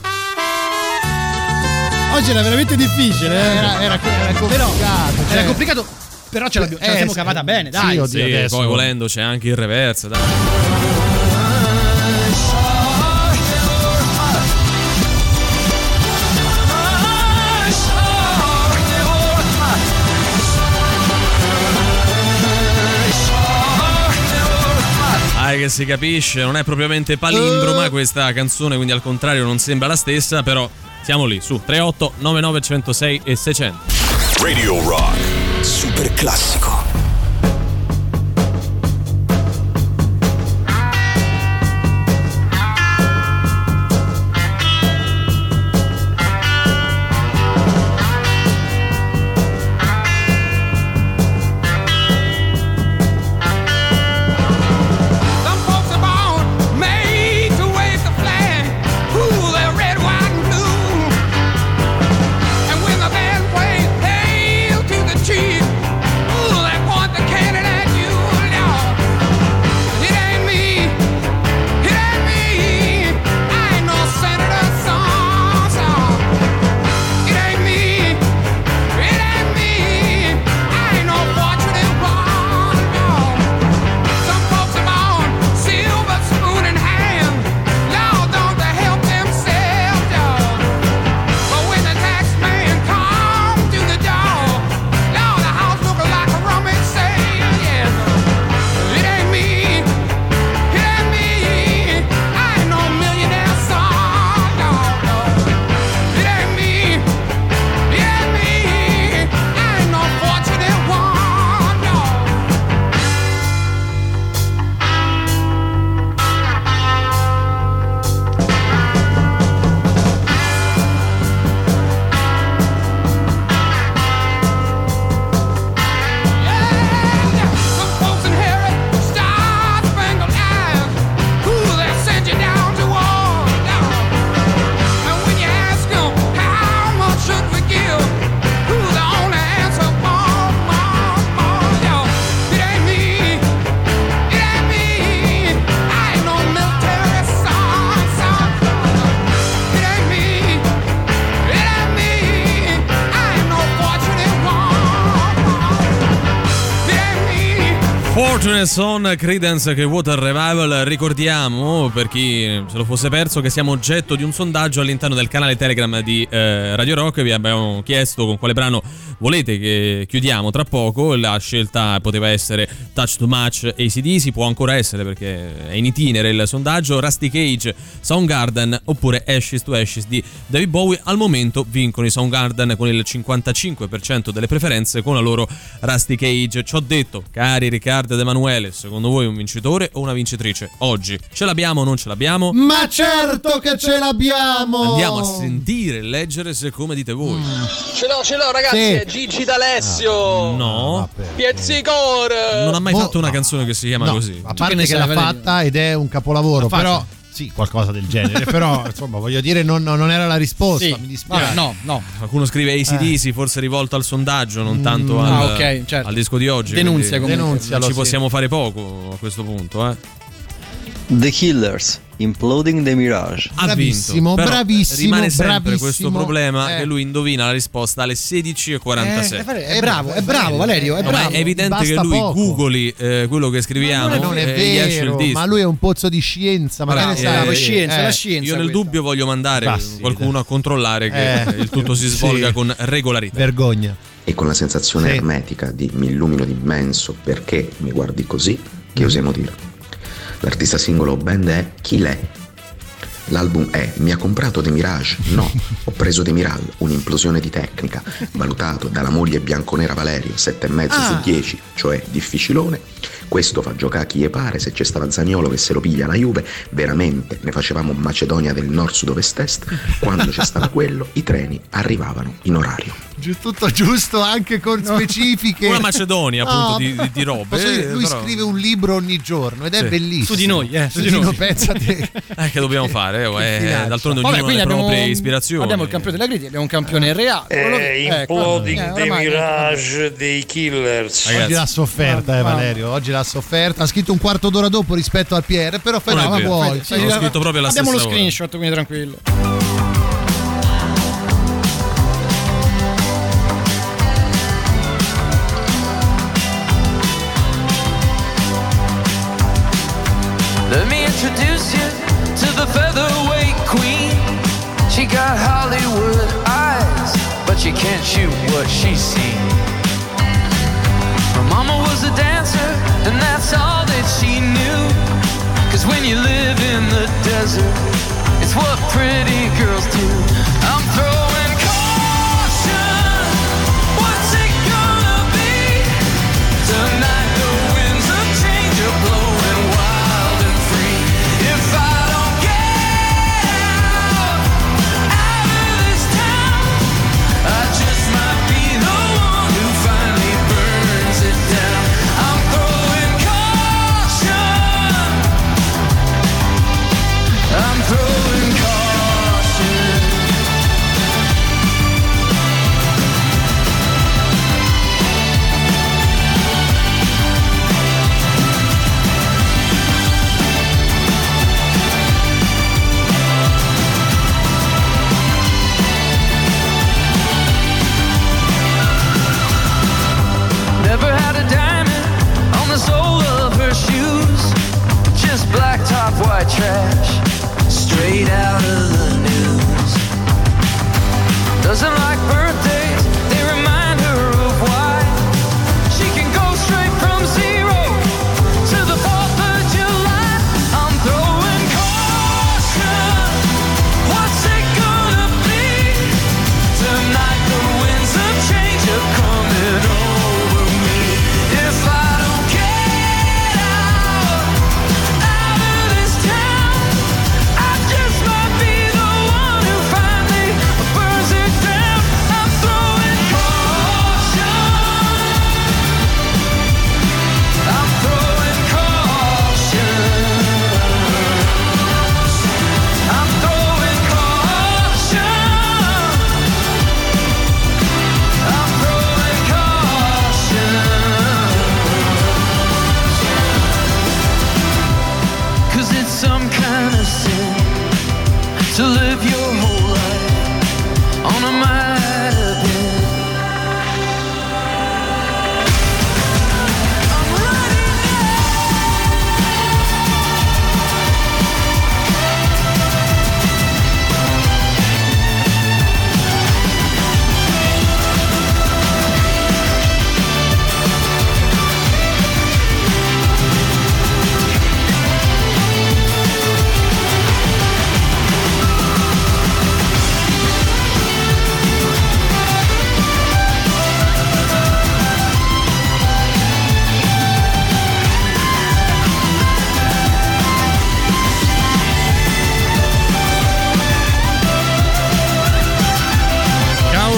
Oggi era veramente difficile. eh. Era, era, era complicato. Però, cioè. era complicato, però ce, l'abbiamo- ce la Eh, siamo sì. cavata bene, Sì, dai. oddio, Sì, adesso. poi volendo c'è anche il reverse, dai. Ah, che si capisce, non è propriamente palindroma questa canzone, quindi al contrario non sembra la stessa, però siamo lì, su tre otto nove nove uno zero sei e seicento. Radio Rock. Super classico. Some folks are born made to wave the flag. Ooh, they're red, white, and blue. And when the band plays "Hail to the Chief," ooh, they point the cannon at you. Lord, it ain't me, it ain't me. I ain't no senator, son, son. It ain't me, it ain't me. I ain't no fortunate one, no. Some folks are born silver spoon in hand. Lord, don't they help themselves, dog? But when the tax man comes to the door, Lord, the house looking like a rummage sale, yeah. It ain't me, it ain't me. I ain't no millionaire son, no, no. It ain't me, it ain't me. I ain't no fortunate one, no. Some folks inherit star-spangled eyes. Ooh, they send you down to war, dog. And when you ask 'em how much should we give, ooh, the only answer, more, more, more, yo. It ain't me, it ain't me. I ain't no military son, son. It ain't me, it ain't me. I ain't no fortunate one. It ain't me. Fortune Son, Creedence che Water Revival. Ricordiamo, per chi se lo fosse perso, che siamo oggetto di un sondaggio all'interno del canale Telegram di eh, Radio Rock. Vi abbiamo chiesto con quale brano volete che chiudiamo tra poco. La scelta poteva essere Touch to Match A C D C, può ancora essere perché è in itinere il sondaggio. Rusty Cage, Soundgarden oppure Ashes to Ashes di David Bowie. Al momento vincono i Soundgarden con il cinquantacinque per cento delle preferenze, con la loro Rusty Cage. Ci ho detto, cari Riccardo ed Emanuele, Emanuele, secondo voi un vincitore o una vincitrice? Oggi ce l'abbiamo o non ce l'abbiamo? Ma certo che ce l'abbiamo! Andiamo a sentire e leggere se come dite voi. Ce l'ho, ce l'ho ragazzi, Sì. è Gigi D'Alessio. No, Pizzicore. non ha mai Mo- fatto una canzone che si chiama No, così. a parte che l'ha fatta ed è un capolavoro, La faccia. però sì, qualcosa del genere, però insomma voglio dire non, non era la risposta, Sì. mi dispiace. Vabbè, no, no. Qualcuno scrive A C D C, forse rivolto al sondaggio, non tanto Mm, al, ah, ok, certo. al disco di oggi. Denunzia quindi comunque. Denunzialo, ci sì. possiamo fare poco a questo punto, eh. The Killers, Imploding the Mirage. Ha Bravissimo, vinto, però bravissimo, rimane sempre bravissimo. questo problema Eh. che lui indovina la risposta alle sedici e quarantasei. Eh, è bravo, è bravo Valerio, è No, ma bravo. è evidente Basta che lui poco. googoli eh, quello che scriviamo non è e gli esce il vero, disco. ma lui è un pozzo di scienza, ma Allora, che ne sai? eh, scienza, Eh, la scienza. Io nel questa. dubbio voglio mandare Ah, sì, qualcuno a controllare che Eh, il tutto si svolga sì. con regolarità. Vergogna. E con la sensazione Sì. ermetica di mi illumino d'immenso perché mi guardi così, che osiamo dire. L'artista singolo o band è Chi l'è? L'album è Mi ha comprato The Mirage? No, ho preso The Mirage, un'implosione di tecnica, valutato dalla moglie bianconera Valerio sette e mezzo Ah. su dieci, cioè difficilone. Questo fa giocare chi gli pare, se c'è stava Zaniolo che se lo piglia la Juve, veramente ne facevamo Macedonia del Nord Sud-Ovest Est, quando c'è stava quello i treni arrivavano in orario. Giu- Tutto giusto anche con specifiche. Una Macedonia appunto No, di, di, di robe. posso dire, lui però- scrive un libro ogni giorno ed è Sì. bellissimo. Su di noi, eh, su di Dino, noi. pensate. Eh, che dobbiamo fare? oh, eh, finaccia. d'altronde Vabbè, ognuno ha quindi le abbiamo, proprie ispirazioni. abbiamo il campione della critica, abbiamo un campione reale. quello che- ecco, Imploding eh, the oramai- Mirage dei Killers. Ragazzi. Oggi l'ha sofferta, eh, Ah, Valerio. Oggi l'ha sofferta. Ha scritto un quarto d'ora dopo rispetto al P R, però fai Non è no, ma vero. vuoi. Sì, L'ho scritto proprio alla abbiamo lo stessa ora. screenshot, quindi tranquillo. Let me introduce you to the featherweight queen. She got Hollywood eyes, but you can't shoot what she's seen. Her mama was a dancer, and that's all that she knew. Cause when you live in the desert, it's what pretty girls do. I'm throwing caution. What's it gonna be? Tonight the winds of change are blowing wild and free. If I don't get out, out of this town, I just might be the one who finally burns it down. I'm throwing caution. I'm throwing caution.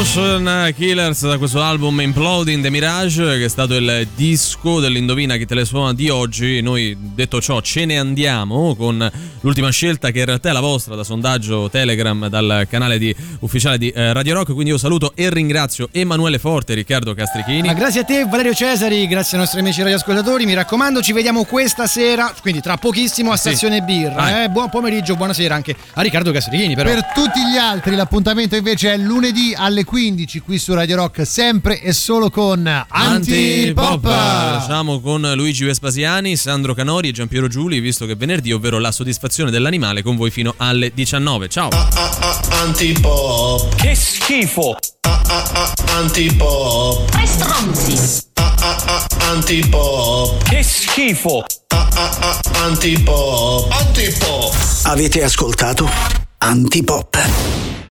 Motion Killers da questo album Imploding the Mirage, che è stato il disco dell'Indovina chi te le suona di oggi. Noi, detto ciò, ce ne andiamo con l'ultima scelta, che in realtà è la vostra, da sondaggio Telegram dal canale di, ufficiale di eh, Radio Rock. Quindi io saluto e ringrazio Emanuele Forte e Riccardo Castrichini. Ma grazie a te Valerio Cesari, grazie ai nostri amici radioascoltatori. Mi raccomando, ci vediamo questa sera, quindi tra pochissimo a Stazione sì. Birra. Eh? Buon pomeriggio, buonasera anche a Riccardo Castrichini. Però. Per tutti gli altri l'appuntamento invece è lunedì alle quindici qui su Radio Rock, sempre e solo con Antipop. Lasciamo con Luigi Vespasiani, Sandro Canori e Giampiero Giuli, visto che è venerdì, ovvero La soddisfazione dell'animale, con voi fino alle diciannove. Ciao. Ah, ah, ah, Antipop. Che schifo. Ah, ah, ah, Antipop. Tre stronzi. Ah, ah, ah, Antipop. Che schifo. Ah, ah, ah, Antipop. Antipop. Avete ascoltato Antipop.